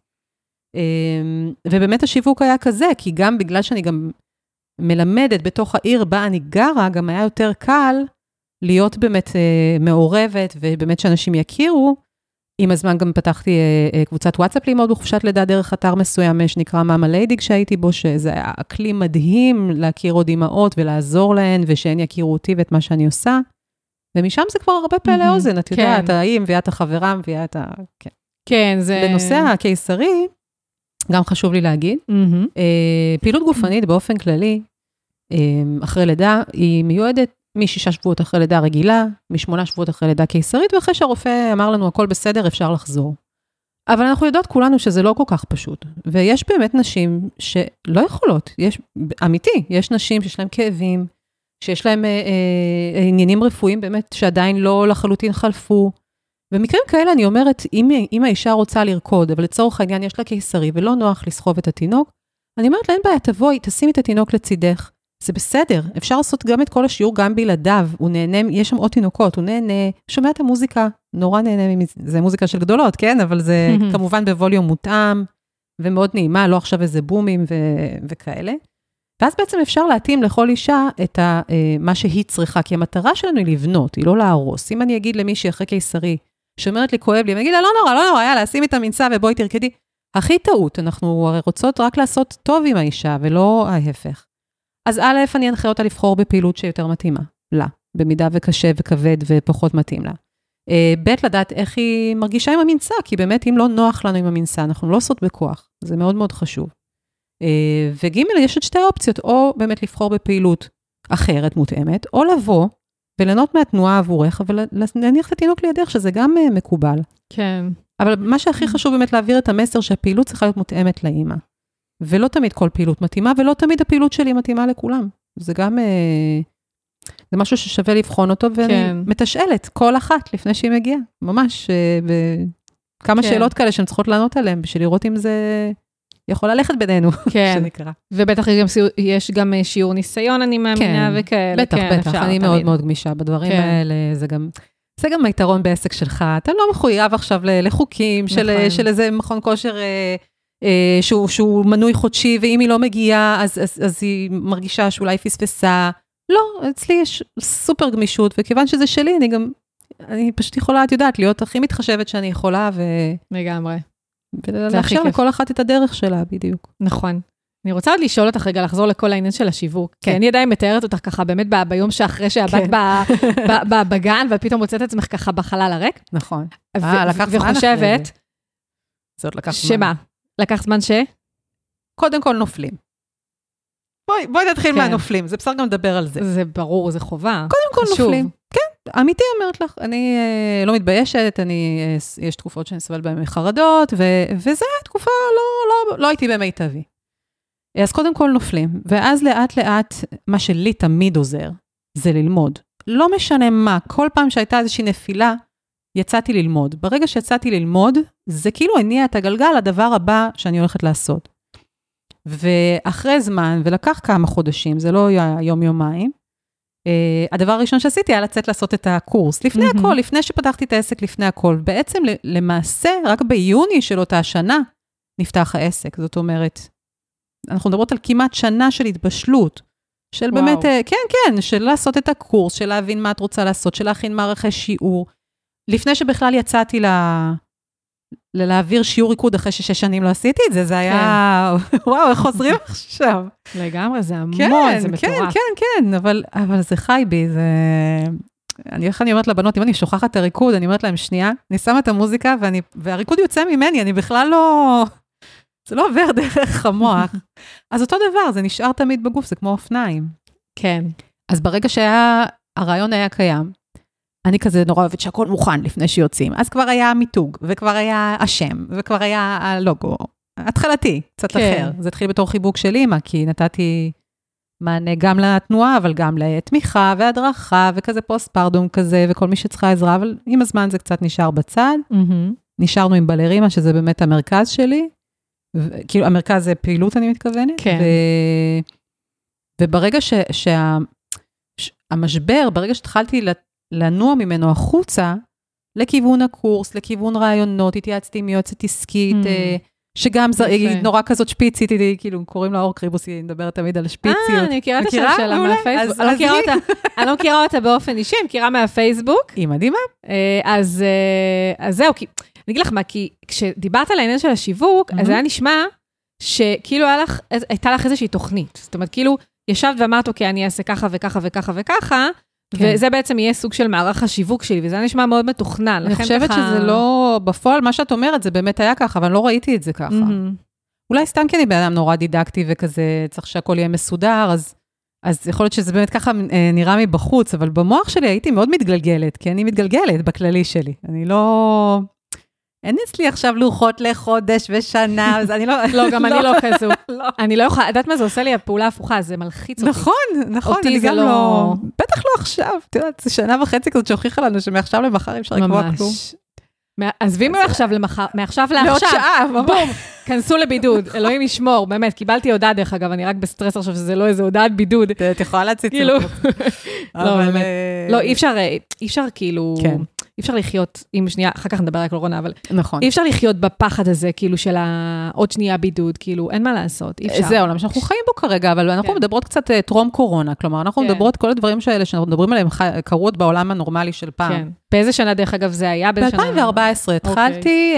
ובאמת השיווק היה כזה, כי גם בגלל שאני גם מלמדת בתוך העיר בה אני גרה, גם היה יותר קל להיות באמת מעורבת, ובאמת שאנשים יכירו. עם הזמן גם פתחתי קבוצת וואטסאפ ללמוד בחופשת לידה דרך אתר מסוים, שנקרא מאמה ליידי, כשהייתי בו, שזה היה אקלים מדהים להכיר עוד אימהות ולעזור להן, ושהן יכירו אותי ואת מה שאני עושה. ומשם זה כבר הרבה פעלי אוזן, את יודעת, האם מביאה את החברה, מביאה את כן, זה... בנושא הקיסרי, גם חשוב לי להגיד, פעילות גופנית באופן כללי, אחרי לידה, היא מיועדת מ6 שבועות אחרי לידה רגילה, מ8 שבועות אחרי לידה קיסרית, ואחרי שהרופא אמר לנו, הכל בסדר, אפשר לחזור. אבל אנחנו יודעות כולנו שזה לא כל כך פשוט. ויש באמת נשים שלא יכולות, אמיתי, יש נשים שיש להם כאבים, שיש להם עניינים רפואיים באמת שעדיין לא לחלוטין חלפו. במקרים כאלה אני אומרת, אם האישה רוצה לרקוד, אבל לצורך העניין יש לה קיסרי ולא נוח לסחוב את התינוק, אני אומרת לה, אין בעיה, תבואי, תשימי את התינוק לצידך. זה בסדר, אפשר לעשות גם את כל השיעור, גם בלעדיו, הוא נהנה, יש שם עוד תינוקות, הוא נהנה, שומע את המוזיקה, נורא נהנה, זה מוזיקה של גדולות, כן? אבל זה כמובן בווליום מותאם, ומאוד נעימה, לא עכשיו איזה בומים וכאלה. ואז בעצם אפשר להתאים לכל אישה את מה שהיא צריכה, כי המטרה שלנו היא לבנות, היא לא להרוס. אם אני אגיד למישהי אחרי קיסרי, שאומרת לי, כואב לי, ואני אגיד לה, לא נורא, יאללה, שימי את המנסה ובואי תרקדי. הכי טעות, אנחנו הרי רוצות רק לעשות טוב עם האישה, ולא ההפך. אז א', אני אנחה אותה לבחור בפעילות שיותר מתאימה לה, במידה וקשה וכבד ופחות מתאים לה. ב', לדעת איך היא מרגישה עם המנסה, כי באמת אם לא נוח לנו עם המנסה, אנחנו לא עושות בכוח, זה מאוד מאוד חשוב. וג', יש עוד 2 אופציות, או באמת לבחור בפעילות אחרת מותאמת, או לבוא וליהנות מהתנועה עבורך, ולהניח את התינוק לידך, שזה גם מקובל. כן. אבל מה שהכי חשוב באמת להעביר את המסר, שהפעילות צריכה להיות מותאמת לאמא. ולא תמיד כל פעילות מתאימה, ולא תמיד הפעילות שלי מתאימה לכולם. זה גם, זה משהו ששווה לבחון אותו, ואני מתשאלת כל אחת לפני שהיא מגיעה. ממש, כמה שאלות כאלה שהן צריכות לענות עליהן, בשביל לראות אם זה יכול ללכת בינינו, שנקרא. ובטח יש גם שיעור ניסיון, אני מאמינה, וכאלה. בטח, אני מאוד מאוד גמישה בדברים האלה, זה גם היתרון בעסק שלך, אתה לא מחויב עכשיו לחוקים של איזה מכון כושר שהוא מנוי חודשי, ואם היא לא מגיעה, אז היא מרגישה שאולי פספסה. לא, אצלי יש סופר גמישות, וכיוון שזה שלי, אני פשוט יכולה, את יודעת, להיות הכי מתחשבת שאני יכולה, לגמרי. ולאפשר לכל אחת את הדרך שלה, בדיוק. נכון. אני רוצה עוד לשאול אותך רגע, לחזור לכל העניין של השיווק. כי אני עדיין מתארת אותך ככה, באמת ביום שאחרי שהבת בגן, ופתאום מוצאת עצמך ככה בחלל הריק. נכון. וחושבת, זה עוד לקח זמן. שמה? לקח זמן ש? קודם כל נופלים. בואי נתחיל מהנופלים, זה בסדר גם לדבר על זה. זה ברור, זה חובה. קודם כל נופלים. כן, אמיתי אומרת לך, אני לא מתביישת, יש תקופות שאני סבל בהן מחרדות, וזה תקופה לא הייתי במיטבי. אז קודם כל נופלים, ואז לאט לאט, מה שלי תמיד עוזר, זה ללמוד. לא משנה מה, כל פעם שהייתה איזושהי נפילה, יצאתי ללמוד. ברגע שיצאתי ללמוד, זה כאילו הניע את הגלגל לדבר הבא שאני הולכת לעשות. ואחרי זמן, ולקח כמה חודשים, זה לא היה יום-יומיים, הדבר הראשון שעשיתי היה לצאת לעשות את הקורס. לפני הכל, לפני שפתחתי את העסק, לפני הכל. בעצם למעשה, רק ביוני של אותה שנה, נפתח העסק. זאת אומרת, אנחנו מדברות על כמעט שנה של התבשלות, של באמת, כן, של לעשות את הקורס, של להבין מה את רוצה לעשות, של להכין מערכי שיעור. לפני שבכלל יצאתי להעביר שיעור ריקוד אחרי 6 שנים לא עשיתי את זה, זה היה, וואו, איך חוזרים עכשיו? לגמרי, זה המון, זה מטורף. כן, אבל זה חי בי, זה... איך אני אומרת לבנות, אם אני שוכחת את הריקוד, אני אומרת להם, שנייה, אני שמה את המוזיקה, והריקוד יוצא ממני, אני בכלל לא... זה לא עובר דרך המוח. אז אותו דבר, זה נשאר תמיד בגוף, זה כמו אופניים. כן. אז ברגע שהרעיון היה קיים, אני כזה נורא אוהבת שהכל מוכן לפני שיוצאים. אז כבר היה מיתוג, וכבר היה השם, וכבר היה הלוגו. התחלתי, קצת אחר. זה התחיל בתור חיבוק של אמא, כי נתתי מענה גם לתנועה, אבל גם לתמיכה והדרכה, וכזה פוסט-פרדום כזה, וכל מי שצריכה עזרה, אבל עם הזמן זה קצת נשאר בצד. נשארנו עם בלרימה, שזה באמת המרכז שלי. כאילו, המרכז זה פעילות, אני מתכוונת. כן. וברגע שהמשבר, ברגע שהתחלתי לנוע ממנו החוצה, לכיוון הקורס, לכיוון רעיונות, התייעצתי עם יועצת עסקית, שגם היא נורא כזאת שפיצית, כאילו קוראים לה אור קריבוס, היא מדברת תמיד על שפיציות. אני מכירה את השם שלה מהפייסבוק. אני לא מכירה אותה באופן אישי, אני מכירה מהפייסבוק. היא מדהימה. אז זהו, אני אגיד לך מה, כי כשדיברת על העניין של השיווק, אז היה נשמע שכאילו הייתה לך איזושהי תוכנית. זאת אומרת, כאילו, ישבת ואמרת, אוקיי, אני אעשה ככה וככה וככה וככה, וזה בעצם יהיה סוג של מערך השיווק שלי, וזה נשמע מאוד מתוכנן. אני חושבת שזה לא, בפועל, מה שאת אומרת, זה באמת היה ככה, אבל לא ראיתי את זה ככה. אולי סתם כי אני בן אדם נורא דידקטי וכזה, צריך שהכל יהיה מסודר, אז אז יכול להיות שזה באמת ככה נראה מבחוץ, אבל במוח שלי הייתי מאוד מתגלגלת, כי אני מתגלגלת בכללי שלי. אני לא... אין אצלי עכשיו לוחות לחודש ושנה, אז אני לא... לא, גם אני לא כזו. אני לא יכולה, יודעת מה זה עושה לי הפעולה הפוכה, זה מלחיץ אותי. נכון, אני גם לא... בטח לא עכשיו, אתה יודעת, זה 1.5 שנה כזאת שהוכיחה לנו שמעכשיו למחר אי אפשר לקבוע כלום. עזבי מעכשיו למחר, מעכשיו לעכשיו, בום, כנסו לבידוד, אלוהים ישמור, באמת, קיבלתי הודעה דרך אגב, אני רק בסטרס עכשיו שזה לא איזה הודעת בידוד. את יכולה להציץ. לא, אי אפשר כאילו, אי אפשר לחיות, אם שנייה, אחר כך נדבר על קורונה, אבל אי אפשר לחיות בפחד הזה, כאילו של עוד שנייה בידוד, כאילו, אין מה לעשות, אי אפשר. זה העולם שאנחנו חיים בו כרגע, אבל אנחנו מדברות קצת טרום קורונה, כלומר, אנחנו מדברות כל הדברים האלה שאנחנו מדברים עליהם, קרו עוד בעולם הנורמלי של פעם. כן. באיזה שנה דרך אגב זה היה? ב-2014 התחלתי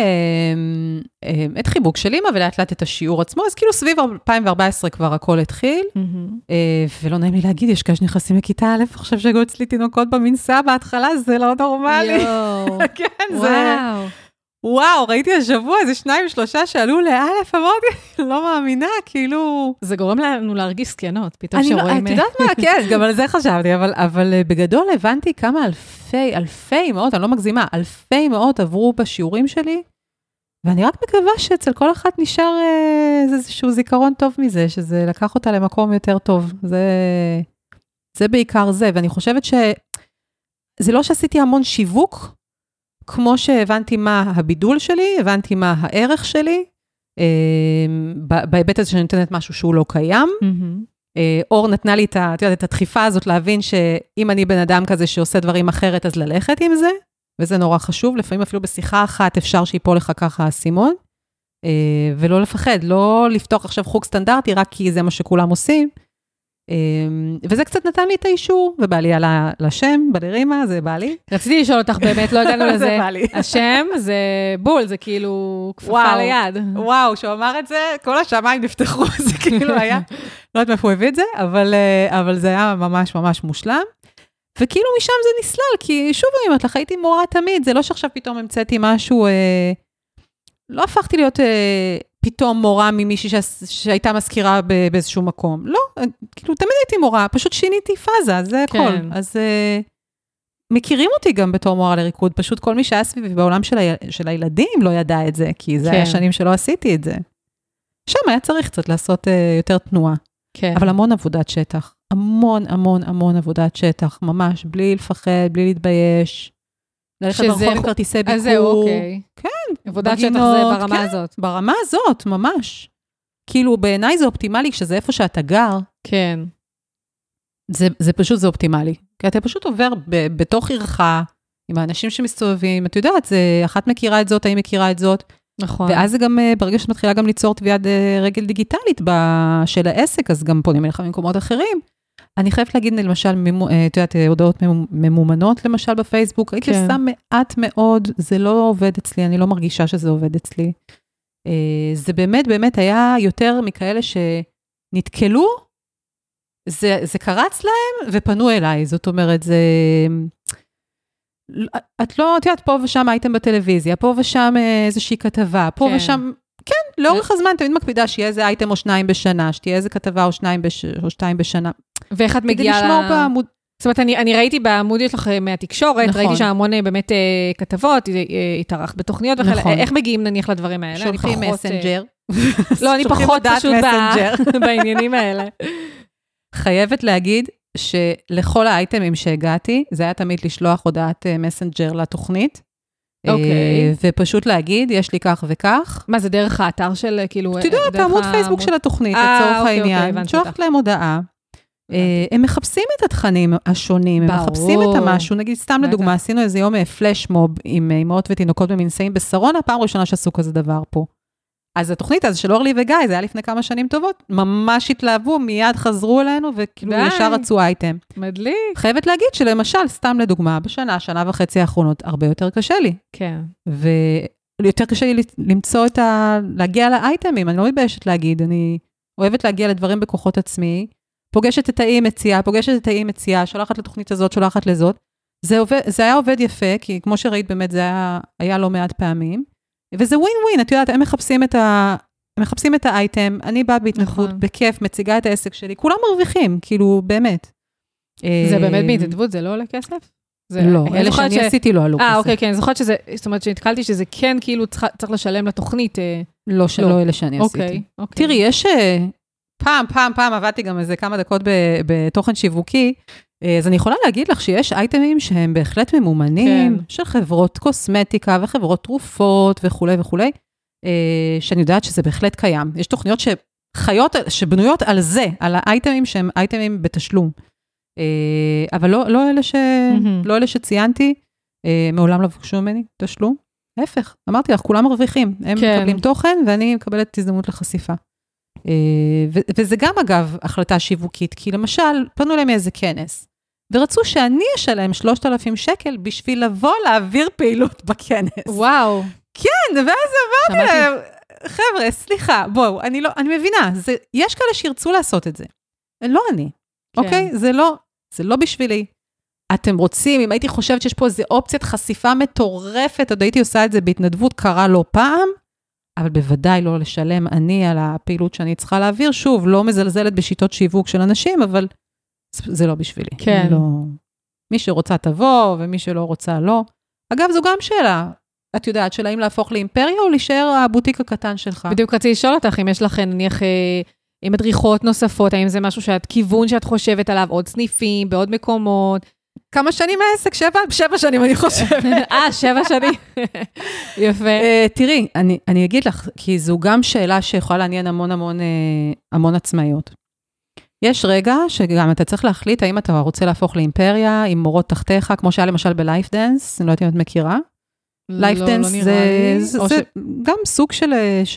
את חיבוק של אמא, ולאט לאט את השיעור עצמו, אז כאילו סביב 2014 כבר הכל התחיל, ולא נעים לי להגיד, יש כאלה שנכנסים לכיתה א', עכשיו שגו אצלי תינוקות במנסה, בהתחלה זה לא נורמלי. כן, זה... וואו, ראיתי השבוע איזה 2-3 שעלו לאלף, אמרתי, לא מאמינה, כאילו... זה גורם לנו להרגיש סקנות, פתאום שרואים... את יודעת מה, כן, גם על זה חשבתי, אבל בגדול הבנתי כמה אלפי מאות, אני לא מגזימה, אלפי מאות עברו בשיעורים שלי, ואני רק מקווה שאצל כל אחת נשאר איזשהו זיכרון טוב מזה, שזה לקח אותה למקום יותר טוב. זה בעיקר זה, ואני חושבת זה לא שעשיתי המון שיווק, כמו שהבנתי מה הבידול שלי, הבנתי מה הערך שלי, בהיבט הזה שאני נותנת משהו שהוא לא קיים. אור נתנה לי את הדחיפה הזאת להבין שאם אני בן אדם כזה שעושה דברים אחרת, אז ללכת עם זה, וזה נורא חשוב. לפעמים אפילו בשיחה אחת אפשר שיפול לך ככה הסימון, ולא לפחד, לא לפתוח עכשיו חוג סטנדרטי, רק כי זה מה שכולם עושים. וזה קצת נתן לי את האישור, ובעלי עלה לשם, בלרימה, זה בעלי. רציתי לשאול אותך באמת, לא הגענו לזה. השם זה בול, זה כאילו כפפה ליד. וואו, שהוא אמר את זה, כל השמיים נפתחו, זה כאילו היה, לא יודעת מאיפה הוא הביא את זה, אבל זה היה ממש ממש מושלם. וכאילו משם זה נסלל, כי שוב אני אומרת לך, הייתי מורה תמיד, זה לא שעכשיו פתאום המצאתי משהו, לא הפכתי להיות פתאום מורה ממישהי שהייתה מזכירה באיזשהו מקום. לא, כאילו תמיד הייתי מורה, פשוט שיניתי פאזה, זה הכל. אז מכירים אותי גם בתור מורה לריקוד, פשוט כל מי שהיה סביבי בעולם של הילדים לא ידע את זה, כי זה היה שנים שלא עשיתי את זה. שם היה צריך קצת לעשות יותר תנועה. אבל המון עבודת שטח. המון עבודת שטח, ממש, בלי לפחד, בלי להתבייש. ללכת ברחוב עם כרטיסי ביקור. אז זהו, אוקיי. כן. עבודת שטח זה ברמה הזאת. ברמה הזאת, ממש. כאילו, בעיניי זה אופטימלי, כשזה איפה שאתה גר. כן. זה פשוט, זה אופטימלי. כי אתה פשוט עובר בתוך עירך, עם האנשים שמסתובבים, את יודעת, אחת מכירה את זאת, האם מכירה את זאת. נכון. ואז זה גם, ברגע שאת מתחילה גם ליצור טביעת רגל דיגיטלית של העסק, אז גם פונים אליך ממקומות אחרים. אני חייבת להגיד, למשל, את יודעת, הודעות ממומנות, למשל, בפייסבוק, הייתי עושה מעט מאוד, זה לא עובד אצלי, אני לא מרגישה שזה עובד אצלי. זה באמת היה יותר מכאלה שנתקלו, זה קרץ להם, ופנו אליי, זאת אומרת, זה... את לא, את יודעת, פה ושם הייתם בטלוויזיה, פה ושם איזושהי כתבה, פה ושם... כן, לאורך הזמן תמיד מקפידה שיהיה איזה אייטם או 2 בשנה, שתהיה איזה כתבה או 2 בשנה. ואיך את מגיעה זאת אומרת, אני ראיתי בעמודיות שלך מהתקשורת, ראיתי שהמון באמת כתבות, התארך בתוכניות וכאלה, איך מגיעים נניח לדברים האלה? שולחים מסנג'ר. לא, אני פחות פשוט בעניינים האלה. חייבת להגיד שלכל האייטמים שהגעתי, זה היה תמיד לשלוח הודעת מסנג'ר לתוכנית, ופשוט להגיד, יש לי כך וכך. מה, זה דרך האתר של, כאילו... אתה יודעת, העמוד פייסבוק של התוכנית, לצורך העניין. שולחת להם הודעה. הם מחפשים את התכנים השונים, הם מחפשים את המשהו. נגיד, סתם לדוגמה, עשינו איזה יום פלאש מוב עם אמהות ותינוקות במנסאים בשרון, הפעם ראשונה שעשו כזה דבר פה. אז התוכנית הזו של אורלי וגיא, זה היה לפני כמה שנים טובות, ממש התלהבו, מיד חזרו אלינו, וכאילו ישר רצו אייטם. מדליק. חייבת להגיד שלמשל, סתם לדוגמה, שנה וחצי האחרונות, הרבה יותר קשה לי. כן. ויותר קשה לי למצוא להגיע לאייטמים, אני לא מתביישת להגיד, אני אוהבת להגיע לדברים בכוחות עצמי, פוגשת את האי מציאה, שולחת לתוכנית הזאת, שולחת לזאת. זה היה עובד יפה, כי כמו שראית באמת, זה היה לא מעט פעמים. וזה ווין ווין, את יודעת, הם מחפשים את האייטם, אני באה בהתנדבות, בכיף, מציגה את העסק שלי, כולם מרוויחים, כאילו, באמת. זה באמת בהתנדבות, זה לא עולה כסף? לא, אלה שאני עשיתי לא עלו כסף. אוקיי, כן, זוכרת שזה, זאת אומרת שהתקלתי שזה כן כאילו צריך לשלם לתוכנית. לא אלה שאני עשיתי. תראי, יש פעם עבדתי גם איזה כמה דקות בתוכן שיווקי, אז אני יכולה להגיד לך שיש אייטמים שהם בהחלט ממומנים, של חברות קוסמטיקה וחברות תרופות וכו' וכו', שאני יודעת שזה בהחלט קיים. יש תוכניות שבנויות על זה, על האייטמים שהם אייטמים בתשלום. אבל לא אלה שציינתי, מעולם לא בקשו ממני תשלום. ההפך, אמרתי לך, כולם מרוויחים. הם מקבלים תוכן ואני מקבלת הזדמנות לחשיפה. וזה גם אגב החלטה שיווקית, כי למשל פנו להם איזה כנס, ורצו שאני אשלם 3,000 שקל בשביל לבוא להעביר פעילות בכנס. וואו. כן, ואז אמרתי להם, חבר'ה, סליחה, בואו, אני מבינה, יש כאלה שירצו לעשות את זה. לא אני, אוקיי? זה לא בשבילי. אתם רוצים, אם הייתי חושבת שיש פה איזו אופציית חשיפה מטורפת, עוד הייתי עושה את זה בהתנדבות, קרה לא פעם, אבל בוודאי לא לשלם אני על הפעילות שאני צריכה להעביר. שוב, לא מזלזלת בשיטות שיווק של אנשים, אבל זה לא בשבילי. כן. לא... מי שרוצה תבוא, ומי שלא רוצה לא. אגב, זו גם שאלה. את יודעת, שאלה אם להפוך לאימפריה, או להישאר הבוטיק הקטן שלך? בדיוק רציתי לשאול אותך, אם יש לכם, נניח, מדריכות נוספות, האם זה משהו כיוון שאת חושבת עליו, עוד סניפים, בעוד מקומות, כמה שנים העסק? 7 שנים אני חושבת. 7 שנים. יפה. תראי, אני אגיד לך, כי זו גם שאלה שיכולה לעניין המון עצמאיות. יש רגע שגם אתה צריך להחליט, האם אתה רוצה להפוך לאימפריה, עם מורות תחתיך, כמו שהיה למשל בלייף דנס, אני לא יודעת אם את מכירה. לייף דנס זה גם סוג של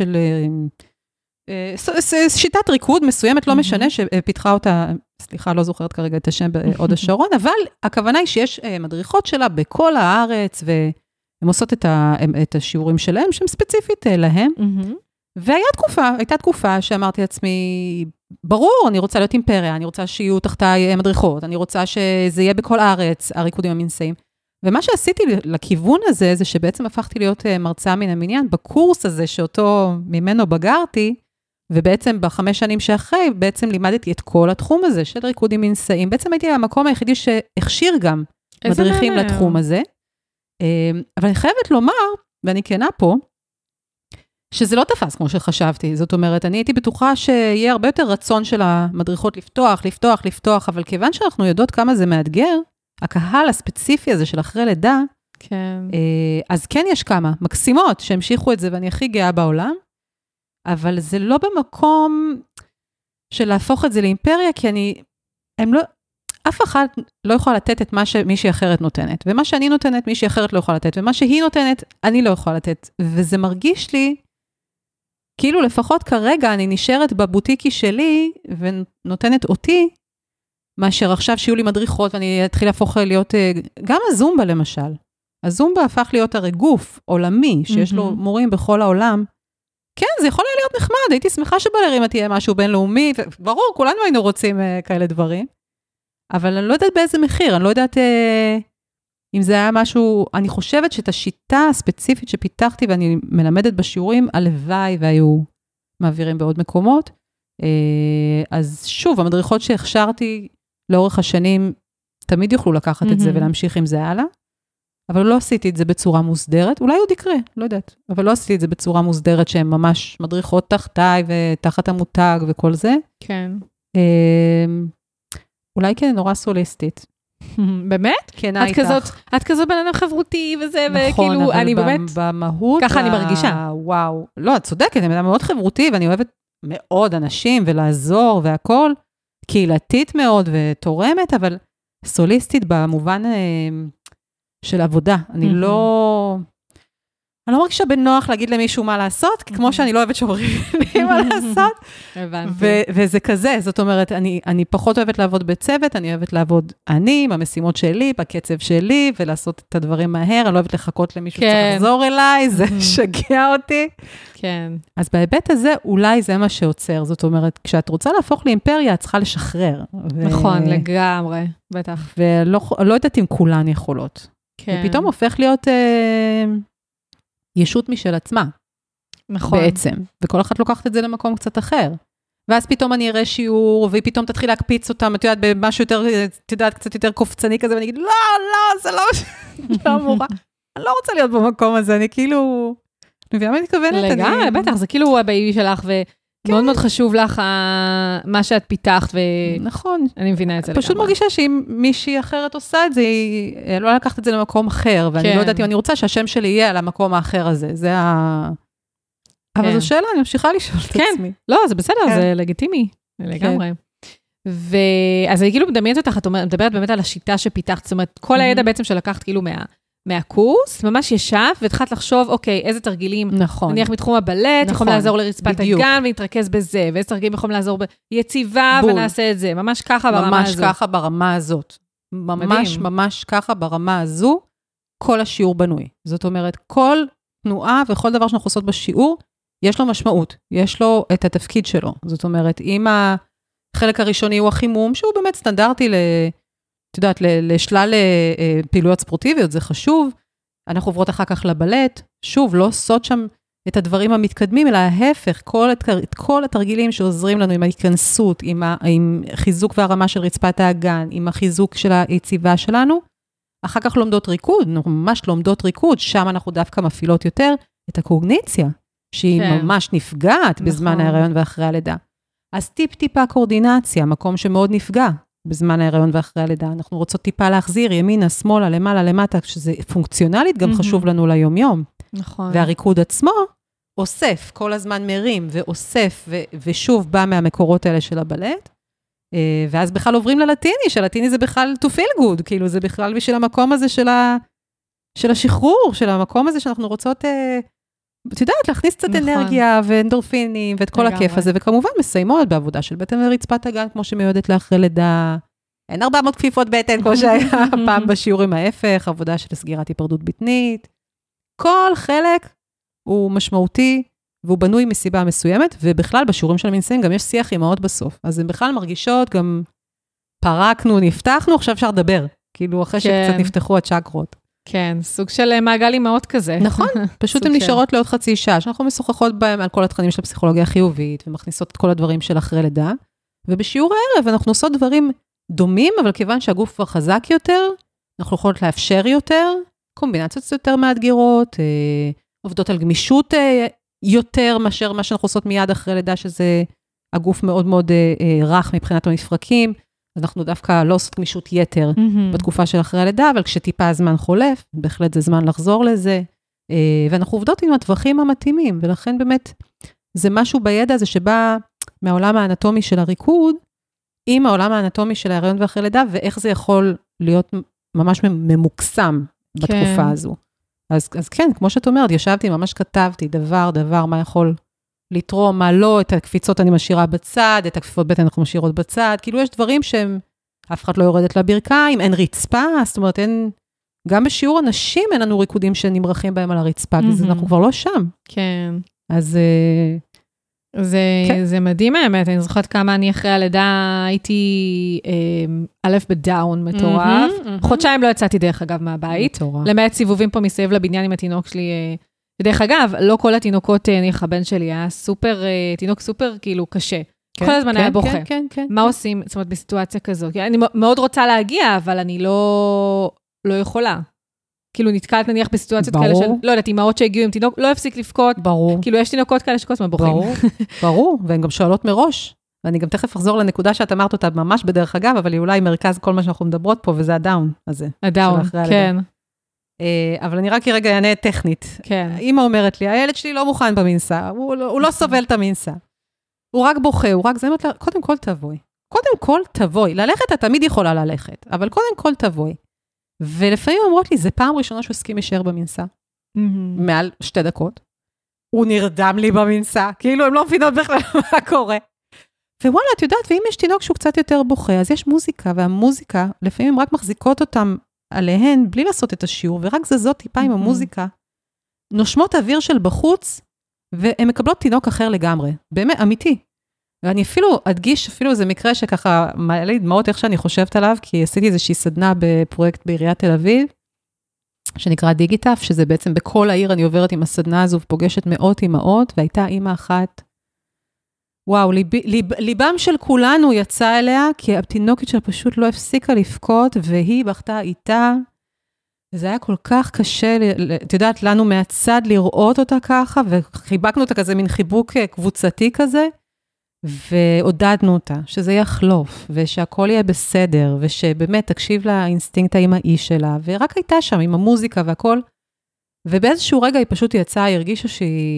שיטת ריקוד מסוימת, לא משנה, שפיתחה אותה, סליחה, לא זוכרת כרגע את השם בעוד השרון, אבל הכוונה היא שיש מדריכות שלה בכל הארץ, והן עושות את השיעורים שלהם, שהם ספציפית להם, והייתה תקופה שאמרתי לעצמי, ברור, אני רוצה להיות אימפריה, אני רוצה שיהיו תחתיי מדריכות, אני רוצה שזה יהיה בכל הארץ, הריקודים המנסאים, ומה שעשיתי לכיוון הזה, זה שבעצם הפכתי להיות מרצה מן המניין, בקורס הזה שאותו ממנו בגרתי, ובעצם ב5 שנים שאחרי, בעצם לימדתי את כל התחום הזה של ריקודים מנסאים. בעצם הייתי המקום היחידי שהכשיר גם מדריכים לתחום הזה. אבל אני חייבת לומר, ואני כנה פה, שזה לא תפס כמו שחשבתי. זאת אומרת, אני הייתי בטוחה שיהיה הרבה יותר רצון של המדריכות לפתוח, אבל כיוון שאנחנו יודעות כמה זה מאתגר, הקהל הספציפי הזה של אחרי לידה, כן. אז כן יש כמה מקסימות שהמשיכו את זה, ואני הכי גאה בעולם, אבל זה לא במקום של להפוך את זה לאימפריה, כי אף אחד לא יכולה לתת את מה שמישהי אחרת נותנת, ומה שאני נותנת, מישהי אחרת לא יכולה לתת, ומה שהיא נותנת, אני לא יכולה לתת, וזה מרגיש לי, כאילו לפחות כרגע אני נשארת בבוטיקי שלי, ונותנת אותי, מאשר עכשיו שיהיו לי מדריכות, ואני אתחיל להפוך להיות, גם הזומבה למשל, הזומבה הפך להיות הרי גוף עולמי, שיש לו מורים בכל העולם, כן, זה יכול להיות נחמד, הייתי שמחה שבלרימה תהיה משהו בינלאומי, ברור, כולנו היינו רוצים כאלה דברים, אבל אני לא יודעת באיזה מחיר, אני לא יודעת אם זה היה משהו, אני חושבת שאת השיטה הספציפית שפיתחתי, ואני מלמדת בשיעורים, הלוואי והיו מעבירים בעוד מקומות, אז שוב, המדריכות שהכשרתי לאורך השנים, תמיד יוכלו לקחת את זה ולהמשיך עם זה הלאה, אבל לא עשיתי את זה בצורה מוסדרת, אולי עוד יקרה, לא יודעת, אבל לא עשיתי את זה בצורה מוסדרת, שהן ממש מדריכות תחתיי ותחת המותג וכל זה. כן. אולי כן, נורא סוליסטית. באמת? כן, איתך. את כזאת בן אדם חברותי וזה, נכון, וכאילו, אבל אני באמת, במהות, ככה אני מרגישה. וואו, לא, את צודקת, אני בן אדם מאוד חברותי, ואני אוהבת מאוד אנשים, ולעזור והכל, קהילתית מאוד ותורמת, אבל סוליסטית במובן של עבודה. אני לא מרגישה בנוח להגיד למישהו מה לעשות, כמו שאני לא אוהבת שאומרים לי מה לעשות. וזה כזה, זאת אומרת, אני פחות אוהבת לעבוד בצוות, אני אוהבת לעבוד עם המשימות שלי, בקצב שלי, ולעשות את הדברים מהר, אני לא אוהבת לחכות למישהו שצריך לחזור אליי, זה שגע אותי. כן. אז בהיבט הזה, אולי זה מה שעוצר. זאת אומרת, כשאת רוצה להפוך לאימפריה, את צריכה לשחרר. נכון, לגמרי, בטח. ולא יודעת אם כולן יכולות. ופתאום הופך להיות ישות משל עצמה. נכון. בעצם. וכל אחת לוקחת את זה למקום קצת אחר. ואז פתאום אני אראה שיעור, והיא פתאום תתחיל להקפיץ אותם, את יודעת, במשהו יותר, את יודעת, קצת יותר קופצני כזה, ואני אגיד, לא, זה לא אמורה. אני לא רוצה להיות במקום הזה, אני כאילו, אני מבינה מה אני מתכוונת? לגמרי, בטח, זה כאילו הבייבי שלך, ומאוד מאוד חשוב לך מה שאת פיתחת, נכון. אני מבינה את זה לגמרי. פשוט מרגישה שאם מישהי אחרת עושה את זה, היא לא לקחת את זה למקום אחר, ואני לא יודעת אם אני רוצה שהשם שלי יהיה על המקום האחר הזה, זה אבל זו שאלה, אני ממשיכה לשאול את עצמי. לא, זה בסדר, זה לגיטימי, לגמרי. אז אני כאילו מדמיינת אותך, את מדברת באמת על השיטה שפיתחת, זאת אומרת, כל הידע בעצם שלקחת כאילו מהקורס, ממש ישב, והתחלת לחשוב, אוקיי, איזה תרגילים, נניח מתחום הבלט, יכולים לעזור לרצפת הגן, ונתרכז בזה, ואיזה תרגילים יכולים לעזור ביציבה, ונעשה את זה, ממש ככה ברמה הזאת. ממש ככה ברמה הזאת. ממש ככה ברמה הזו, כל השיעור בנוי. זאת אומרת, כל תנועה וכל דבר שאנחנו עושות בשיעור, יש לו משמעות, יש לו את התפקיד שלו. זאת אומרת, אם החלק הראשוני הוא החימום, שהוא באמת סטנדרטי את יודעת, לשלל פעילויות ספורטיביות, זה חשוב. אנחנו עוברות אחר כך לבלט, שוב, לא עושות שם את הדברים המתקדמים, אלא ההפך, כל התרגילים שעוזרים לנו עם ההתכנסות, עם חיזוק והרמה של רצפת האגן, עם החיזוק של היציבה שלנו, אחר כך לומדות ריקוד, אנחנו ממש לומדות ריקוד, שם אנחנו דווקא מפעילות יותר את הקוגניציה, שהיא ממש נפגעת בזמן ההיריון ואחרי הלידה. אז טיפה קורדינציה, מקום שמאוד נפגע בזמן ההיריון ואחרי הלידה. אנחנו רוצות טיפה להחזיר ימינה, שמאלה, למעלה, למטה, שזה פונקציונלית גם חשוב לנו ליום-יום. נכון. והריקוד עצמו אוסף, כל הזמן מרים ואוסף, ושוב בא מהמקורות האלה של הבלט, ואז בכלל עוברים ללטיני, שלטיני זה בכלל to feel good, כאילו זה בכלל בשביל המקום הזה של השחרור, של המקום הזה שאנחנו רוצות, את יודעת, להכניס קצת אנרגיה ואנדורפינים ואת כל הכיף הזה, וכמובן מסיימות בעבודה של בטן ורצפת הגן, כמו שמיועדת לאחרי לידה. אין 400 כפיפות בטן, כמו שהיה פעם בשיעורים ההפך, עבודה של סגירת היפרדות בטנית. כל חלק הוא משמעותי, והוא בנוי מסיבה מסוימת, ובכלל בשיעורים של המנסים גם יש שיח אימהות בסוף. אז הן בכלל מרגישות, גם פרקנו, נפתחנו, עכשיו אפשר לדבר. כאילו אחרי שקצת נפתחו הצ'קרות. כן, סוג של מעגל אימהות כזה. נכון, פשוט הן נשארות לעוד חצי שעה, שאנחנו משוחחות בהם על כל התכנים של הפסיכולוגיה החיובית, ומכניסות את כל הדברים של אחרי לידה, ובשיעור הערב אנחנו עושות דברים דומים, אבל כיוון שהגוף כבר חזק יותר, אנחנו יכולות לאפשר יותר, קומבינציות יותר מאתגרות, עובדות על גמישות יותר מאשר מה שאנחנו עושות מיד אחרי לידה, שזה הגוף מאוד מאוד רך מבחינת המפרקים, אנחנו דווקא לא עושות גמישות יתר בתקופה של אחרי הלידה, אבל כשטיפה הזמן חולף, בהחלט זה זמן לחזור לזה, ואנחנו עובדות עם הטווחים המתאימים, ולכן באמת זה משהו בידע הזה שבא מהעולם האנטומי של הריקוד, עם העולם האנטומי של ההיריון ואחרי לידה, ואיך זה יכול להיות ממש ממוקסם בתקופה הזו. אז כן, כמו שאת אומרת, ישבתי, ממש כתבתי דבר, מה יכול לתרום, מה לא, את הקפיצות אני משאירה בצד, את הכפיפות בטן אנחנו משאירות בצד, כאילו יש דברים שהם, אף אחד לא יורדת לברכיים, אין רצפה, זאת אומרת, גם בשיעור אנשים אין לנו ריקודים שנמרחים בהם על הרצפה, כי אנחנו כבר לא שם. כן. אז זה מדהים האמת, אני זוכרת כמה אני אחרי הלידה הייתי א' בדאון מטורף, חודשיים לא יצאתי דרך אגב מהבית, למעט סיבובים פה מסביב לבניין עם התינוק שלי, ודרך אגב, לא כל התינוקות, נניח הבן שלי היה תינוק סופר כאילו קשה, כל הזמן היה בוכה, מה עושים, זאת אומרת בסיטואציה כזאת, אני מאוד רוצה להגיע, אבל אני לא יכולה. כאילו נתקלת נניח בסיטואציות כאלה של, לא יודעת, אמהות שהגיעו עם תינוק, לא הפסיק לבכות. ברור. כאילו יש תינוקות כאלה שכל הזמן בוכים. ברור, והן גם שואלות מראש. ואני גם תכף אחזור לנקודה שאת אמרת אותה ממש בדרך אגב, אבל היא אולי מרכז כל מה שאנחנו מדברות פה, וזה הדאון הזה. הדאון, כן. אבל אני רק רגע אענה טכנית. כן. אמא אומרת לי, הילד שלי לא מוכן במנסה, הוא לא סובל את המנסה. הוא רק בוכה, הוא רק זמת, קודם כל תבואי. קודם כל תבואי. ללכת את תמיד יכולה ללכת, אבל קודם כל תבואי. ולפעמים אומרות לי, זה פעם ראשונה שהוא הסכים להישאר במנסה. מעל 2 דקות. הוא נרדם לי במנסה, כאילו הם לא מבינות בכלל מה קורה. ווואלה, את יודעת, ואם יש תינוק שהוא קצת יותר בוכה, אז יש מוזיקה, והמוזיקה, לפעמים רק מחזיקות אותם עליהן, בלי לעשות את השיעור, ורק זזות טיפה עם המוזיקה, נושמות אוויר של בחוץ, והן מקבלות תינוק אחר לגמרי. באמת, אמיתי. ואני אפילו אדגיש, אפילו איזה מקרה שככה מעלה לי דמעות איך שאני חושבת עליו, כי עשיתי איזושהי סדנה בפרויקט בעיריית תל אביב, שנקרא דיגיטף, שזה בעצם בכל העיר אני עוברת עם הסדנה הזו, ופוגשת מאות אימהות, והייתה אימא אחת, וואו, ליבם של כולנו יצא אליה, כי התינוקת שלה פשוט לא הפסיקה לפקות, והיא בכתה איתה, וזה היה כל כך קשה, את יודעת, לנו מהצד לראות אותה ככה, וחיבקנו אותה כזה, מין חיבוק קבוצתי כזה, ועודדנו אותה, שזה יחלוף, ושהכל יהיה בסדר, ושבאמת תקשיב לאינסטינקט האמאי שלה, ורק הייתה שם עם המוזיקה והכל, ובאיזשהו רגע היא פשוט יצאה, היא הרגישה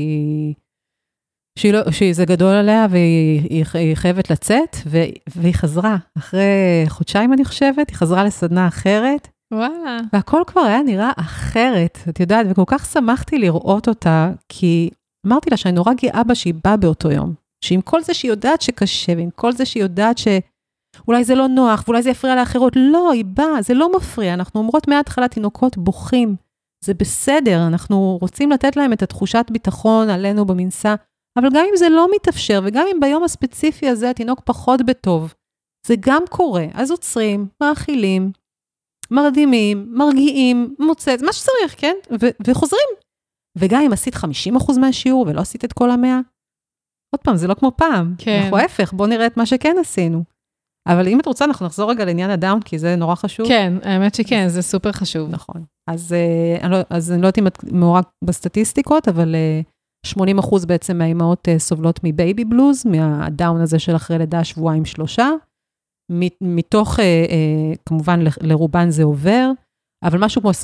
שזה גדול עליה, והיא חייבת לצאת, והיא חזרה, אחרי חודשיים אני חושבת, היא חזרה לסדנה אחרת, וואלה. והכל כבר היה נראה אחרת, את יודעת, וכל כך שמחתי לראות אותה, כי אמרתי לה שאני נורא גאה בה שהיא באה באותו יום, שעם כל זה שהיא יודעת שקשה, ועם כל זה שהיא יודעת שאולי זה לא נוח, ואולי זה יפריע לאחרות, לא, היא באה, זה לא מפריע, אנחנו אומרות מההתחלה תינוקות בוכים, זה בסדר, אנחנו רוצים לתת להם את התחושת ביטחון עלינו במנסה, אבל גם אם זה לא מתאפשר, וגם אם ביום הספציפי הזה התינוק פחות בטוב, זה גם קורה, אז עוצרים, מאכילים, מרדימים, מרגיעים, מוצץ, מה שצריך, כן? וחוזרים. וגם אם עשית 50% מהשיעור, ולא עשית את כל 100, עוד פעם, זה לא כמו פעם. כן. אנחנו ההפך, בוא נראה את מה שכן עשינו. אבל אם את רוצה, אנחנו נחזור רגע לעניין הדאון, כי זה נורא חשוב. כן, האמת שכן, זה סופר חשוב. נכון. אז אני לא יודעת אם את מעורק בסטטיסטיקות, אבל 80% בעצם מהאימהות סובלות מבייבי בלוז, מהדאון הזה של אחרי לידה, 2-3 שבועות. מתוך, כמובן לרובן זה עובר, אבל משהו כמו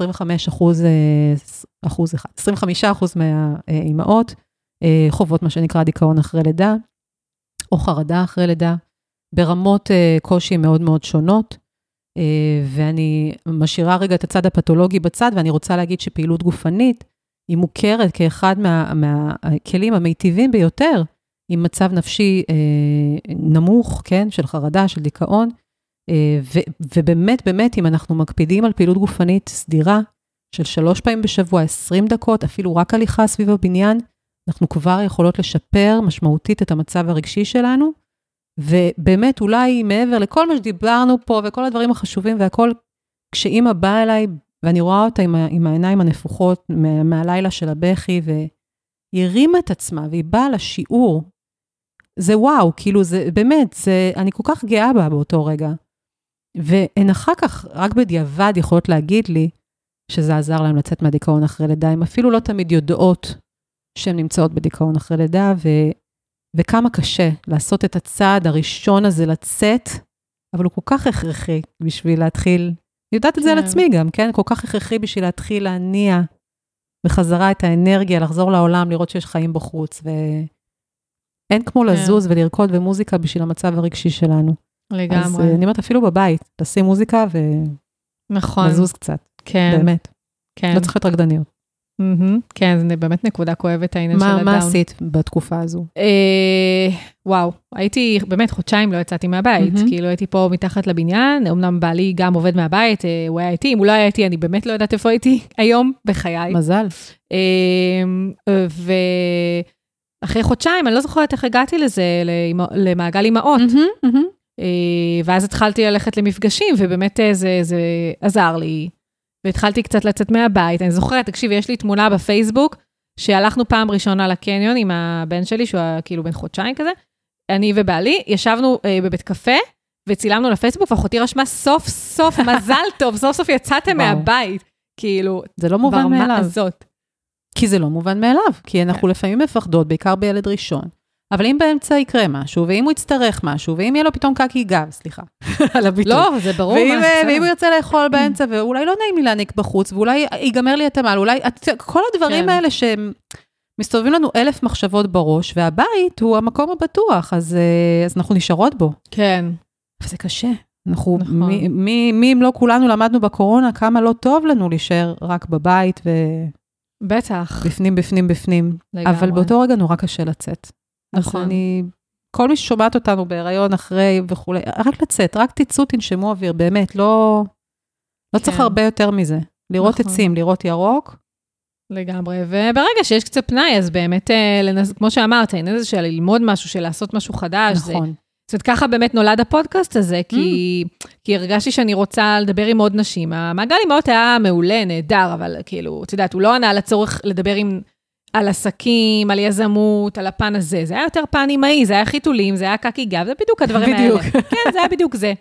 25% מהאימהות חוות מה שנקרא דיכאון אחרי לידה, או חרדה אחרי לידה, ברמות קושי מאוד מאוד שונות, ואני משאירה רגע את הצד הפתולוגי בצד, ואני רוצה להגיד שפעילות גופנית היא מוכרת כאחד מהכלים המיטיבים ביותר, עם מצב נפשי נמוך, כן, של חרדה, של דיכאון, ובאמת, באמת, אם אנחנו מקפידים על פעילות גופנית סדירה, של 3 פעמים בשבוע, 20 דקות, אפילו רק הליכה סביב הבניין, אנחנו כבר יכולות לשפר משמעותית את המצב הרגשי שלנו, ובאמת אולי מעבר לכל מה שדיברנו פה, וכל הדברים החשובים והכל, כשאמא באה אליי, ואני רואה אותה עם העיניים הנפוחות, מהלילה של הבכי, והיא הרימה את עצמה, והיא באה לשיעור, זה וואו, כאילו זה באמת, אני כל כך גאה בה באותו רגע, והן אחר כך, רק בדיעבד יכולות להגיד לי, שזה עזר להם לצאת מהדיכאון אחרי לידה, הם אפילו לא תמיד יודעות שהן נמצאות בדיכאון אחרי לידה, וכמה קשה לעשות את הצעד הראשון הזה לצאת, אבל הוא כל כך הכרחי בשביל להתחיל, אני יודעת את זה על עצמי גם, כן? כל כך הכרחי בשביל להתחיל להניע בחזרה את האנרגיה, לחזור לעולם, לראות שיש חיים בחוץ, ואין כמו לזוז ולרקוד ומוזיקה בשביל המצב הרגשי שלנו. לגמרי. אז אני אומרת אפילו בבית, לשים מוזיקה ולזוז קצת. כן. באמת. כן. לא צריך להיות רקדניות. כן, זה באמת נקודה כואבת העניין של הדאון. מה עשית בתקופה הזו? וואו, הייתי באמת חודשיים לא יצאתי מהבית, כאילו הייתי פה מתחת לבניין, אמנם בעלי גם עובד מהבית, הוא היה איתי, אם הוא לא היה איתי, אני באמת לא יודעת איפה הייתי היום בחיי. מזל. ואחרי חודשיים, אני לא זוכרת איך הגעתי לזה, למעגל אימהות, ואז התחלתי ללכת למפגשים, ובאמת זה עזר לי. והתחלתי קצת לצאת מהבית, אני זוכרת, תקשיב, יש לי תמונה בפייסבוק, שהלכנו פעם ראשונה לקניון עם הבן שלי, שהוא כאילו בן חודשיים כזה, אני ובעלי, ישבנו בבית קפה, וצילמנו לפייסבוק, ואחותי רשמה סוף סוף, מזל טוב, סוף סוף יצאתם מהבית, כאילו, זה לא מובן מאליו. הזאת. כי זה לא מובן מאליו, כי אנחנו לפעמים מפחדות, בעיקר בילד ראשון, אבל אם באמצע יקרה משהו, ואם הוא יצטרך משהו, ואם יהיה לו פתאום קקי גב, סליחה, על הביטוי. לא, זה ברור. ואם הוא ירצה לאכול באמצע, ואולי לא נעים לי להניק בחוץ, ואולי ייגמר לי התמל, אולי, כל הדברים האלה שהם מסתובבים לנו 1000 מחשבות בראש, והבית הוא המקום הבטוח, אז אנחנו נשארות בו. כן. וזה קשה. אנחנו, מי אם לא כולנו למדנו בקורונה, כמה לא טוב לנו להישאר רק בבית, בטח. בפנים. אבל באותו רגע נורא קשה לצאת. נכון. אז כל מי ששומעת אותנו בהיריון אחרי וכו', רק לצאת, רק תצאו, תנשמו אוויר, באמת, לא צריך הרבה יותר מזה. לראות עצים, לראות ירוק. לגמרי, וברגע שיש קצת פנאי, אז באמת, כמו שאמרת, אין איזה של ללמוד משהו, של לעשות משהו חדש, נכון. זאת אומרת, ככה באמת נולד הפודקאסט הזה, כי הרגשתי שאני רוצה לדבר עם עוד נשים. המעגל אימהות היה מעולה, נהדר, אבל כאילו, את יודעת, הוא לא ענה על הצורך לדבר על עסקים, על יזמות, על הפן הזה. זה היה יותר פן אימהי, זה היה חיתולים, זה היה קקי גב, זה בדיוק הדברים האלה. כן, זה היה בדיוק זה.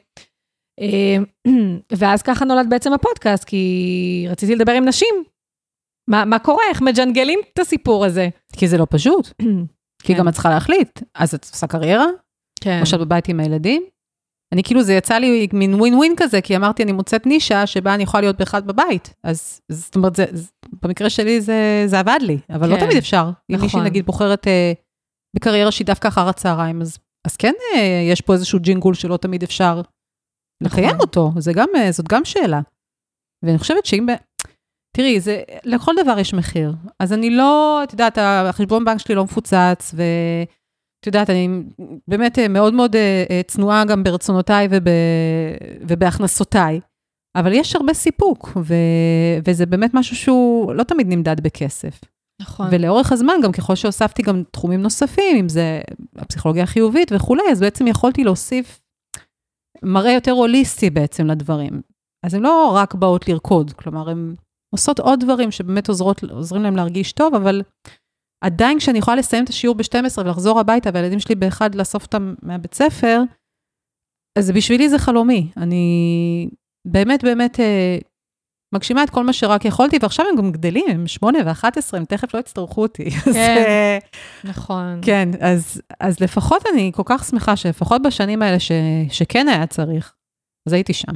ואז ככה נולד בעצם הפודקאסט, כי רציתי לדבר עם נשים. מה קורה? איך מג'נגלים את הסיפור הזה? כי זה לא פשוט. כי גם את צריכה להחליט. אז את עושה קריירה, או שאת בבית עם הילדים. אני כאילו, זה יצא לי מין ווין ווין כזה, כי אמרתי, אני מוצאת נישה שבה אני יכולה להיות באחד בבית. אז זאת אומרת, במקרה שלי זה עבד לי, אבל לא תמיד אפשר. אם מישהי נגיד בוחרת בקריירה שהיא דווקא אחר הצהריים, אז כן, יש פה איזשהו ג'ינגול שלא תמיד אפשר לקיים אותו. זאת גם שאלה. ואני חושבת שאם תראי, לכל דבר יש מחיר. אז אני לא, את יודעת, החשבון בנק שלי לא מפוצץ, ואת יודעת, אני באמת מאוד מאוד צנועה גם ברצונותיי ובהכנסותיי, אבל יש הרבה סיפוק, וזה באמת משהו שהוא לא תמיד נמדד בכסף. נכון. ולאורך הזמן, גם ככל שהוספתי גם תחומים נוספים, אם זה הפסיכולוגיה החיובית וכו', אז בעצם יכולתי להוסיף מראה יותר הוליסטי בעצם לדברים. אז הן לא רק באות לרקוד, כלומר, הן עושות עוד דברים שבאמת עוזרים להם להרגיש טוב, אבל עדיין כשאני יכולה לסיים את השיעור ב-12 ולחזור הביתה, והילדים שלי באחד לאסוף אותם מהבית ספר, אז בשבילי זה חלומי. אני באמת מגשימה את כל מה שרק יכולתי, ועכשיו הם גם גדלים, הם 8 ו-11, הם תכף לא יצטרכו אותי. כן, נכון. כן, אז לפחות אני כל כך שמחה, שלפחות בשנים האלה שכן היה צריך, אז הייתי שם.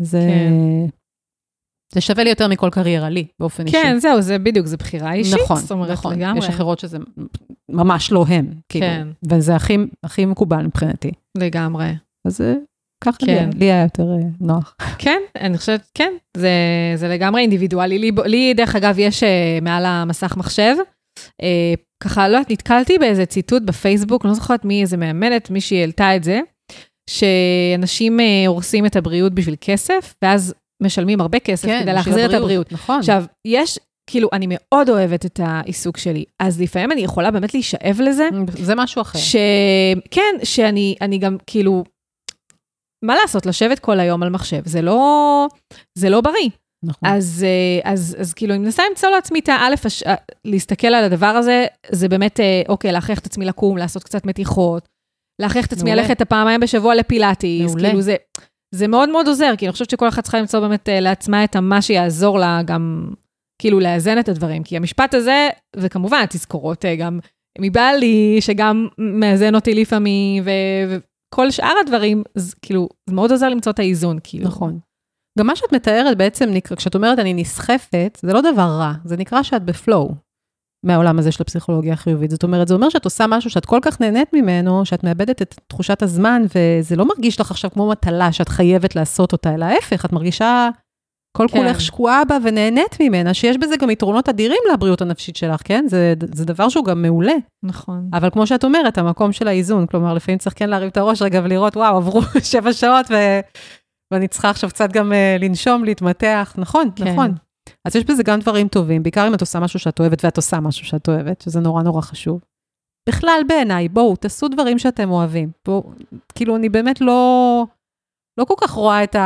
זה שווה לי יותר מכל קריירה, לי, באופן אישי. כן, זהו, זה בדיוק, זה בחירה אישית. נכון. יש אחרות שזה ממש לא הם. כן. וזה הכי מקובל מבחינתי. לגמרי. אז ככה לי היה יותר נוח. כן, אני חושבת, כן, זה לגמרי אינדיבידואלי. לי, דרך אגב, יש מעל המסך מחשב, ככה, לא, נתקלתי באיזה ציטוט בפייסבוק, אני לא זוכרת מי, איזה מאמנת, מישהי העלתה את זה, שאנשים הורסים את הבריאות בשביל כסף, ואז משלמים הרבה כסף כדי להחזיר את הבריאות. נכון. עכשיו, יש, כאילו, אני מאוד אוהבת את העיסוק שלי, אז לפעמים אני יכולה באמת להישאב לזה. זה משהו אחר. כן, שאני גם, כאילו, מה לעשות, לשבת כל היום על מחשב, זה לא בריא. נכון. אז כאילו, אם נסה למצוא לעצמי את האלף, להסתכל על הדבר הזה, זה באמת, אוקיי, להכריח את עצמי לקום, לעשות קצת מתיחות, להכריח את עצמי ללכת הפעמיים בשבוע לפילאטיס, כאילו זה מאוד מאוד עוזר, כי אני חושבת שכל אחד צריכה למצוא באמת לעצמה את מה שיעזור לה גם, כאילו לאזן את הדברים, כי המשפט הזה, וכמובן, התזכורות גם מבעלי, שגם מאזן אותי לפעמים, וכל שאר הדברים, כאילו, זה מאוד עוזר למצוא את האיזון, כאילו. נכון. גם מה שאת מתארת בעצם, כשאת אומרת אני נסחפת, זה לא דבר רע, זה נקרא שאת בפלואו, מהעולם הזה של הפסיכולוגיה החיובית. זאת אומרת, זה אומר שאת עושה משהו שאת כל כך נהנית ממנו, שאת מאבדת את תחושת הזמן, וזה לא מרגיש לך עכשיו כמו מטלה שאת חייבת לעשות אותה, אלא ההפך, את מרגישה כל כולך שקועה בה ונהנית ממנה, שיש בזה גם יתרונות אדירים לבריאות הנפשית שלך, כן? זה דבר שהוא גם מעולה. נכון. אבל כמו שאת אומרת, המקום של האיזון, כלומר, לפעמים צריך כן להרים את הראש רגע ולראות, וואו, עברו 7 שעות ואני צריכה עכשיו קצת גם לנשום, להתמתח. נכון, נכון. אז יש בזה גם דברים טובים, בעיקר אם את עושה משהו שאת אוהבת, ואת עושה משהו שאת אוהבת, שזה נורא נורא חשוב. בכלל בעיניי, בואו, תעשו דברים שאתם אוהבים. בואו, כאילו, אני באמת לא כל כך רואה את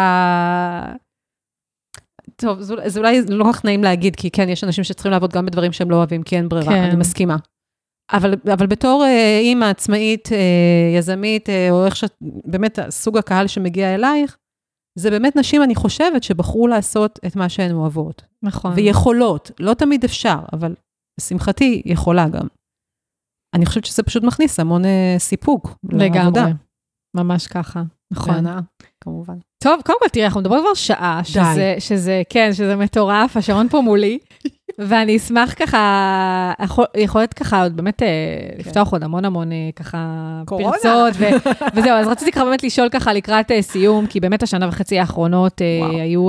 טוב, זה אולי לא כל כך נעים להגיד, כי כן, יש אנשים שצריכים לעבוד גם בדברים שהם לא אוהבים, כי אין ברירה, אני מסכימה. אבל בתור אימא עצמאית, יזמית, או איך באמת סוג הקהל שמגיע אלייך, זה באמת נשים, אני חושבת, שבחרו לעשות את מה שהן אוהבות. נכון. ויכולות, לא תמיד אפשר, אבל לשמחתי יכולה גם. אני חושבת שזה פשוט מכניס המון סיפוק לעבודה. לגמרי, ממש ככה. נכון. והנאה, כמובן. טוב, קודם כל תראה, אנחנו מדברים כבר שעה, שזה מטורף, השעון פה מולי, ואני אשמח ככה, יכולת ככה עוד באמת לפתוח עוד המון ככה פרצות, וזהו, אז רציתי ככה באמת לשאול ככה לקראת סיום, כי באמת השנה וחצי האחרונות היו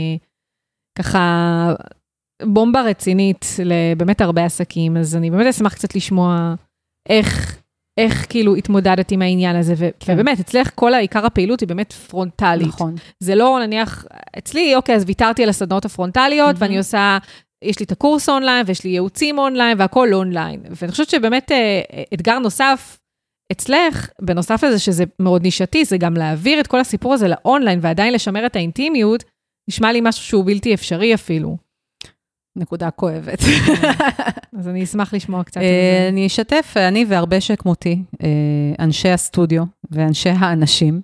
ככה בומבה רצינית לבאמת הרבה עסקים, אז אני באמת אשמח קצת לשמוע איך כאילו התמודדת עם העניין הזה, ובאמת, אצלך כל העיקר הפעילות היא באמת פרונטלית. נכון. זה לא נניח, אצלי, אוקיי, אז ויתרתי על הסדנאות הפרונטליות, ואני עושה, יש לי את הקורס אונליין, ויש לי ייעוצים אונליין, והכל אונליין. ואני חושבת שבאמת אתגר נוסף, אצלך, בנוסף לזה שזה מאוד נישתי, זה גם להעביר את כל הסיפור הזה לאונליין, ועדיין לשמר את האינטימיות, נשמע לי משהו שהוא בלתי אפשרי אפילו. נקודה כואבת. אז אני אשמח לשמוע קצת על זה. אני אשתף, אני והרבה שכמותי, אנשי הסטודיו ואנשי האנשים,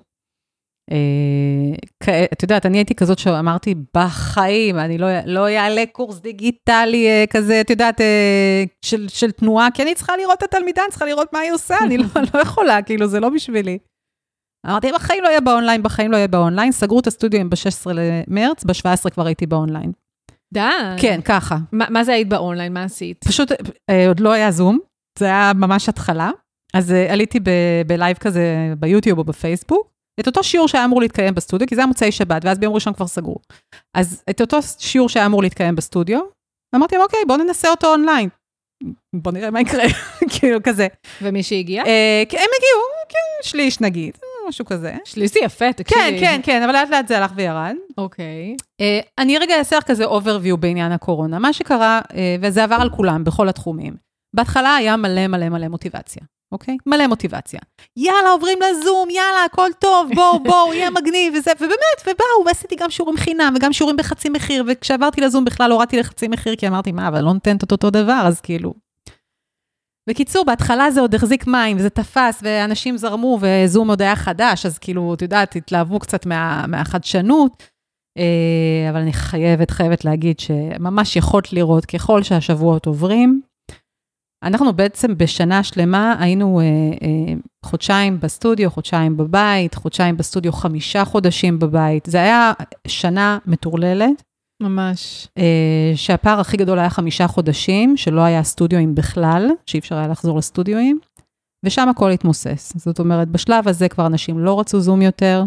את יודעת, אני הייתי כזאת שאמרתי, בחיים, אני לא יעלה קורס דיגיטלי כזה, את יודעת, של תנועה, כי אני צריכה לראות את התלמידה, אני צריכה לראות מה היא עושה, אני לא יכולה, כאילו, זה לא בשבילי. אמרתי, בחיים לא יהיה באונליין, סגרו את הסטודיו ב-16 למרץ, ב-17 כבר הייתי באונליין. די. כן, ככה. מה זה היית באונליין? מה עשית? פשוט עוד לא היה זום, זה היה ממש התחלה, אז עליתי בלייב כזה ביוטיוב או בפייסבוק, את אותו שיעור שהיה אמור להתקיים בסטודיו, כי זה היה מוצאי שבת, ואז ביום ראשון כבר סגרו. אז את אותו שיעור שהיה אמור להתקיים בסטודיו, אמרתי, אוקיי, בוא ננסה אותו אונליין. בוא נראה מה יקרה, כאילו כזה. ומי שהגיע? הם הגיעו, כן, שליש נגיד, משהו כזה. שליש זה יפה, תקשיבי. כן, אבל לאט לאט זה הלך וירד. אוקיי. אני רגע אעשה כזה overview בעניין הקורונה. מה שקרה, וזה עבר על כולם, בכל התחומים. בהתחלה היה מלא מוטיבציה. אוקיי? מלא מוטיבציה. יאללה, עוברים לזום, יאללה, הכל טוב, בואו, יהיה מגניב וזה, ובאמת, ובאו, ועשיתי גם שיעורים חינם, וגם שיעורים בחצי מחיר, וכשעברתי לזום בכלל הורדתי לחצי מחיר, כי אמרתי, מה, אבל לא נותנת את אותו דבר, אז כאילו. בקיצור, בהתחלה זה עוד החזיק מים, וזה תפס, ואנשים זרמו, וזום עוד היה חדש, אז כאילו, את יודעת, התלהבו קצת מהחדשנות, אבל אני חייבת להגיד שממש יכולת לראות, ככל שהשבועות עוברים, אנחנו בעצם בשנה שלמה היינו חודשיים בסטודיו, חודשיים בבית, חודשיים בסטודיו, 5 חודשים בבית. זה היה שנה מטורללת. ממש. שהפער הכי גדול היה 5 חודשים, שלא היה סטודיואים בכלל, שאי אפשר היה לחזור לסטודיואים, ושם הכל התמוסס. זאת אומרת, בשלב הזה כבר אנשים לא רצו זום יותר,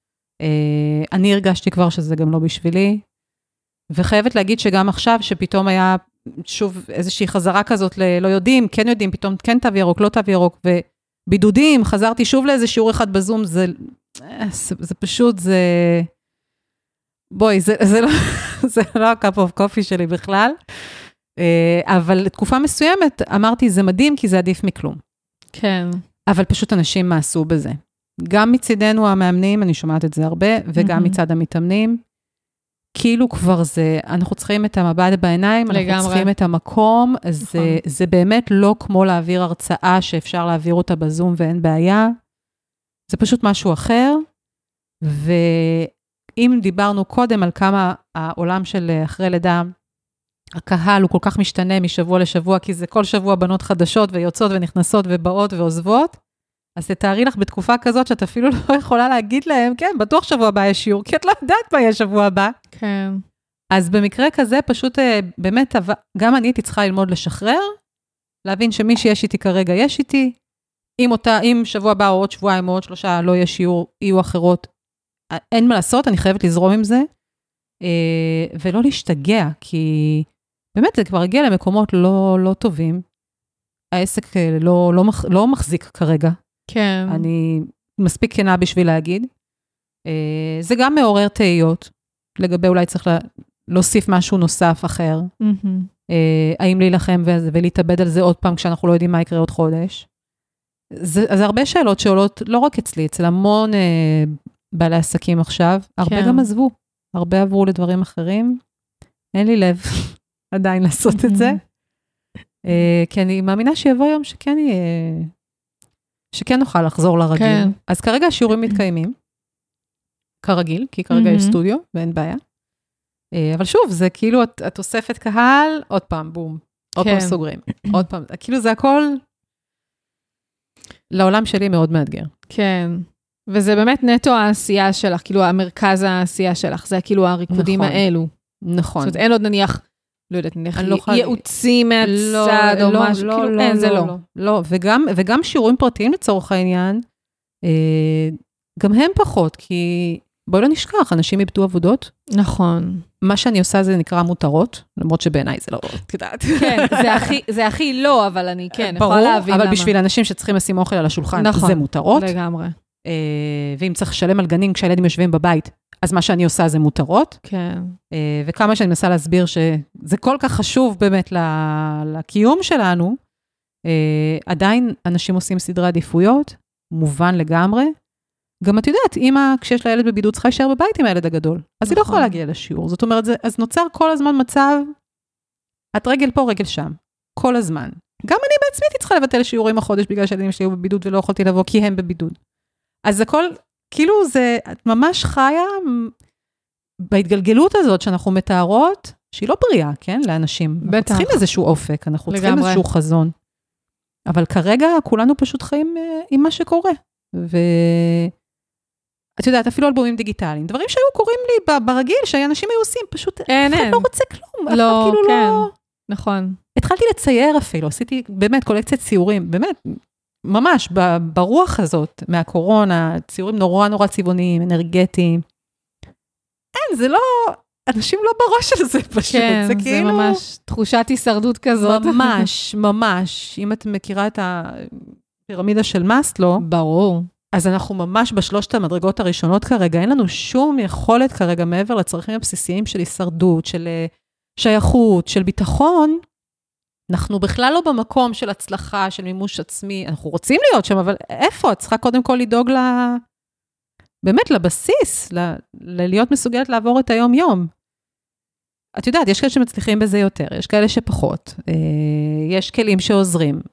אני הרגשתי כבר שזה גם לא בשבילי, וחייבת להגיד שגם עכשיו, שפתאום היה שוב איזושהי חזרה כזאת לא יודעים, כן יודעים, פתאום כן תו ירוק, לא תו ירוק, ובידודים, חזרתי שוב לאיזה שיעור אחד בזום, זה פשוט, בואי, זה לא ה-cup of coffee שלי בכלל, אבל לתקופה מסוימת אמרתי, זה מדהים כי זה עדיף מכלום. כן. אבל פשוט אנשים מעשו בזה. גם מצידנו המאמנים, אני שומעת את זה הרבה, וגם מצד המתאמנים, כאילו כבר זה, אנחנו צריכים את המבט בעיניים, אנחנו צריכים את המקום, זה באמת לא כמו להעביר הרצאה שאפשר להעביר אותה בזום ואין בעיה, זה פשוט משהו אחר, ואם דיברנו קודם על כמה העולם של אחרי לידה, הקהל הוא כל כך משתנה משבוע לשבוע, כי זה כל שבוע בנות חדשות ויוצאות ונכנסות ובאות ועוזבות, אז תתארי לך בתקופה כזאת שאת אפילו לא יכולה להגיד להם, כן, בטוח שבוע הבא יש שיעור, כי את לא יודעת מה יהיה שבוע הבא. כן. אז במקרה כזה פשוט באמת, גם אני הייתי צריכה ללמוד לשחרר, להבין שמי שיש איתי כרגע יש איתי, אם שבוע הבא או עוד שבועיים או עוד 3 לא יהיה שיעור, יהיו אחרות, אין מה לעשות, אני חייבת לזרום עם זה, ולא להשתגע, כי באמת זה כבר הגיע למקומות לא טובים, העסק לא מחזיק כרגע, כן. אני מספיק כנה בשביל להגיד. זה גם מעורר תהיות, לגבי אולי צריך להוסיף משהו נוסף אחר. האם להילחם ולהתאבד על זה עוד פעם, כשאנחנו לא יודעים מה יקרה עוד חודש. אז הרבה שאלות שעולות, לא רק אצלי, אצל המון בעלי עסקים עכשיו, הרבה גם עזבו, הרבה עברו לדברים אחרים. אין לי לב עדיין לעשות את זה. כי אני מאמינה שיבוא יום שכן נוכל לחזור לרגיל. כן. אז כרגע השיעורים מתקיימים, כרגיל, כי כרגע יש סטודיו, ואין בעיה. אבל שוב, זה כאילו, את אוספת קהל, עוד פעם, בום, עוד פעם סוגרים, עוד פעם, כאילו זה הכל, לעולם שלי מאוד מאתגר. כן, וזה באמת נטו העשייה שלך, כאילו המרכז העשייה שלך, זה כאילו הריקודים האלו. נכון. זאת אומרת, אין עוד נניח, לא יודעת, ייעוצים מהצד או משהו, כאילו אין, זה לא. לא, וגם שיעורים פרטיים לצורך העניין, גם הם פחות, כי בואי לא נשכח, אנשים איבדו עבודות. נכון. מה שאני עושה זה נקרא מותרות, למרות שבעיניי זה לא, כדעת. כן, זה הכי לא, אבל אני כן, יכולה להבין למה. אבל בשביל אנשים שצריכים לשים אוכל על השולחן, זה מותרות. לגמרי. ואם צריך לשלם על גנים כשהילדים יושבים בבית, אז מה שאני עושה זה מותרות. כן. וכמה שאני מנסה להסביר שזה כל כך חשוב באמת לקיום שלנו, עדיין אנשים עושים סדרי עדיפויות, מובן לגמרי. גם את יודעת, אמא, כשיש לה ילד בבידוד, צריכה להישאר בבית עם הילד הגדול. אז היא לא יכולה להגיע לשיעור. זאת אומרת, אז נוצר כל הזמן מצב, את רגל פה, רגל שם. כל הזמן. גם אני בעצמי צריכה לבטל שיעורים החודש, בגלל שהילדים שלי היו בבידוד ולא יכולתי לבוא, כי הם בבידוד. אז הכל, כאילו זה, את ממש חיה בהתגלגלות הזאת שאנחנו מתארות, שהיא לא בריאה, כן, לאנשים. בטח. אנחנו צריכים איזשהו אופק, אנחנו צריכים איזשהו חזון. אבל כרגע כולנו פשוט חיים עם מה שקורה. את יודעת, אפילו אלבומים דיגיטליים, דברים שהיו קוראים לי ברגיל, שאנשים היו עושים, פשוט אף אחד לא רוצה כלום. לא, כן, נכון. התחלתי לצייר אפילו, עשיתי באמת קולקציית ציורים, באמת, ממש ברוח הזאת, מהקורונה, ציורים נורא נורא צבעוניים, אנרגטיים. אין, זה לא, אנשים לא בראש של זה פשוט. כן, זה כאילו... ממש תחושת הישרדות כזאת. ממש, ממש. אם את מכירה את הפירמידה של מאסלו, ברור. אז אנחנו ממש בשלושת המדרגות הראשונות כרגע, אין לנו שום יכולת כרגע מעבר לצרכים הבסיסיים של הישרדות, של שייכות, של ביטחון. אנחנו בכלל לא במקום של הצלחה, של מימוש עצמי, אנחנו רוצים להיות שם, אבל איפה? את צריכה קודם כל לדאוג באמת לבסיס, להיות מסוגלת לעבור את היום-יום. את יודעת, יש כאלה שמצליחים בזה יותר, יש כאלה שפחות, יש כלים שעוזרים.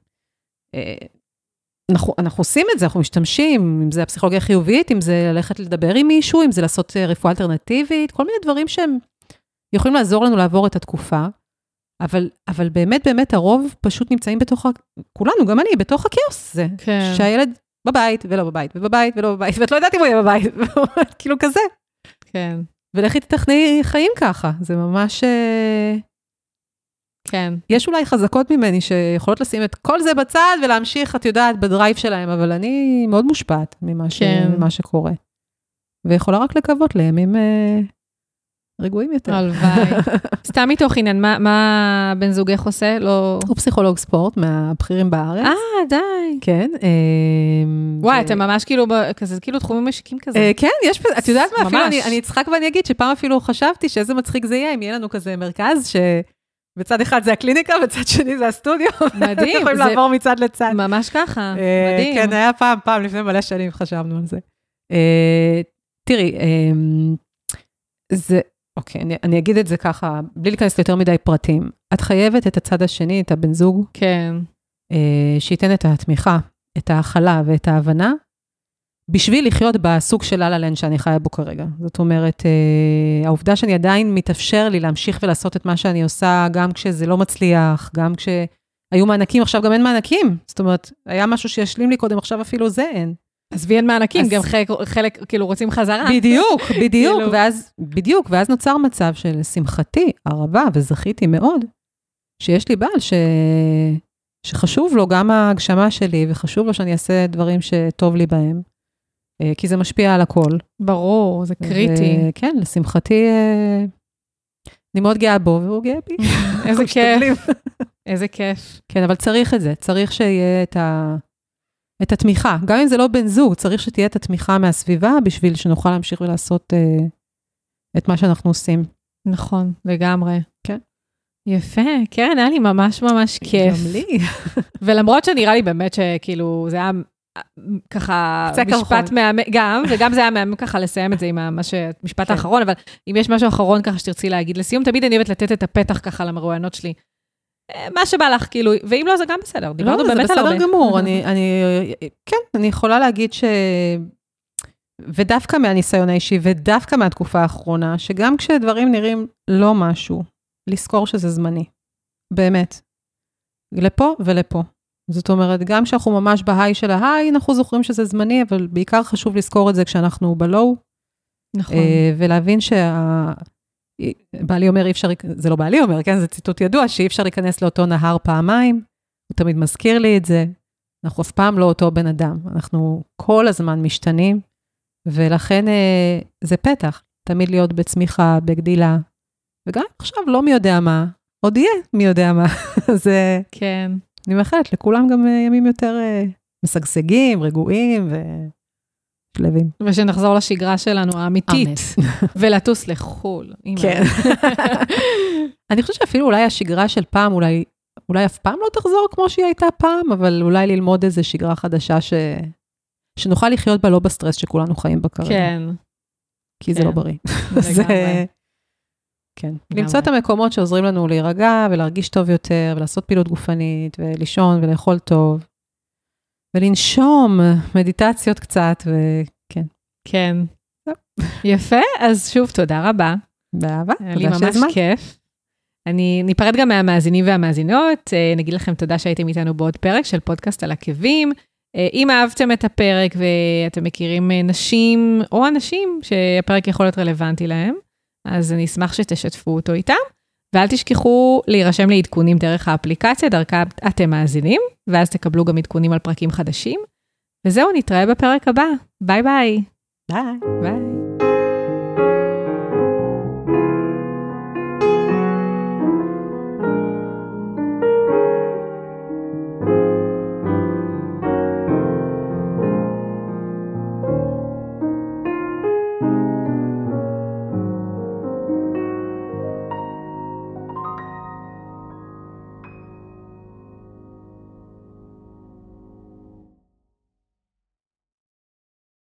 אנחנו עושים את זה, אנחנו משתמשים, אם זה הפסיכולוגיה חיובית, אם זה ללכת לדבר עם מישהו, אם זה לעשות רפואה אלטרנטיבית, כל מיני דברים שהם יכולים לעזור לנו לעבור את התקופה, אבל באמת, באמת הרוב פשוט נמצאים בתוך, כולנו, גם אני, בתוך הכאוס הזה, כן. שהילד בבית ולא בבית, ובבית ולא בבית, ואת לא יודעת אם הוא יהיה בבית, כאילו כזה. כן. ולכי תתכני חיים ככה, זה ממש... כן. יש אולי חזקות ממני שיכולות לשים את כל זה בצד ולהמשיך, את יודעת, בדרייב שלהם, אבל אני מאוד מושפעת ממה שקורה. ויכולה רק לקוות לימים רגועים יותר. הלוואי. סתם מתוך עניין, מה בן זוגך עושה? הוא פסיכולוג ספורט מהבכירים בארץ. די. כן. וואי, אתם ממש כאילו תחומים משיקים כזה. כן, יש, את יודעת מה, אפילו אני אצחק ואני אגיד שפעם אפילו חשבתי שאיזה מצחיק זה יהיה, אם יהיה לנו כזה מרכז בצד אחד זה הקליניקה, בצד שני זה הסטודיו. מדהים. יכולים לעבור מצד לצד. ממש ככה, מדהים. כן, היה פעם לפני מלא שנים חשבנו על זה. תראי, זה, אוקיי, אני אגיד את זה ככה, בלי להיכנס ליותר מדי פרטים. את חייבת את הצד השני, את הבן זוג, כן. שייתן את התמיכה, את ההכלה ואת ההבנה, בשביל לחיות בסוג של לה-לה-לנד שאני חיה בו כרגע. זאת אומרת, העובדה שאני עדיין מתאפשר לי להמשיך ולעשות את מה שאני עושה, גם כשזה לא מצליח, גם כשהיו מענקים, עכשיו גם אין מענקים. זאת אומרת, היה משהו שישלים לי קודם, עכשיו אפילו זה אין. אז ואין מענקים, גם חלק כאילו רוצים חזרה. בדיוק, ואז נוצר מצב של שמחתי, הרבה, וזכיתי מאוד, שיש לי בעל שחשוב לו גם ההגשמה שלי, וחשוב לו שאני אעשה דברים שטוב לי בהם. כי זה משפיע על הכל. ברור, זה קריטי. כן, לשמחתי, אני מאוד גאה בו, והוא גאה בי. איזה כיף. איזה כיף. כן, אבל צריך את זה, צריך שיהיה את התמיכה. גם אם זה לא בן זוג, צריך שתהיה את התמיכה מהסביבה, בשביל שנוכל להמשיך ולעשות את מה שאנחנו עושים. נכון, לגמרי. כן. יפה, כן, היה לי ממש ממש כיף. גם לי. ולמרות שנראה לי באמת שכאילו, זה היה ככה משפט מהמם, גם, וגם זה היה מהמם ככה לסיים את זה עם המשפט האחרון, אבל אם יש משהו אחרון ככה שתרצי להגיד לסיום, תמיד אני אוהבת לתת את הפתח ככה למרואיינות שלי. מה שבא לך, כאילו, ואם לא, זה גם בסדר. דיברנו באמת על הרבה. זה בסדר גמור. כן, אני יכולה להגיד ודווקא מהניסיון האישי, ודווקא מהתקופה האחרונה, שגם כשדברים נראים לא משהו, לזכור שזה זמני. באמת. לפה ולפה. זאת אומרת, גם כשאנחנו ממש בהיי של ההיי, אנחנו זוכרים שזה זמני, אבל בעיקר חשוב לזכור את זה כשאנחנו בלואו. נכון. ולהבין בעלי אומר, אי אפשר, זה לא בעלי אומר, כן? זה ציטוט ידוע, שאי אפשר להיכנס לאותו נהר פעמיים. הוא תמיד מזכיר לי את זה. אנחנו אף פעם לא אותו בן אדם. אנחנו כל הזמן משתנים, ולכן זה פתח. תמיד להיות בצמיחה, בגדילה. וגם עכשיו לא מי יודע מה, עוד יהיה מי יודע מה. אז כן. אני מאחלת לכולם גם ימים יותר משגשגים, רגועים ושלבים. ושנחזור לשגרה שלנו האמיתית. ולטוס לחול. כן. אני חושבת שאפילו אולי השגרה של פעם אולי אולי אף פעם לא תחזור כמו שהיא הייתה פעם, אבל אולי ללמוד איזו שגרה חדשה שנוכל לחיות בה לא בסטרס שכולנו חיים בה כרגע. כן. כי זה לא בריא. כן. למצוא את המקומות שעוזרים לנו להירגע ולהרגיש טוב יותר, ולעשות פעילות גופנית, ולישון ולאכול טוב, ולנשום, מדיטציות קצת, וכן. כן. יפה, אז שוב תודה רבה. באהבה, לי ממש כיף. אני ניפרד גם מהמאזינים והמאזינות, נגיד לכם תודה שהייתם איתנו בעוד פרק של פודקאסט על עקבים. אם אהבתם את הפרק ואתם מכירים נשים או אנשים שהפרק יכול להיות רלוונטי להם, אז אני אשמח שתשתפו אותו איתם, ואל תשכחו להירשם לעדכונים דרך האפליקציה, דרכה אתם מאזינים, ואז תקבלו גם עדכונים על פרקים חדשים. וזהו, נתראה בפרק הבא. ביי ביי. ביי. ביי.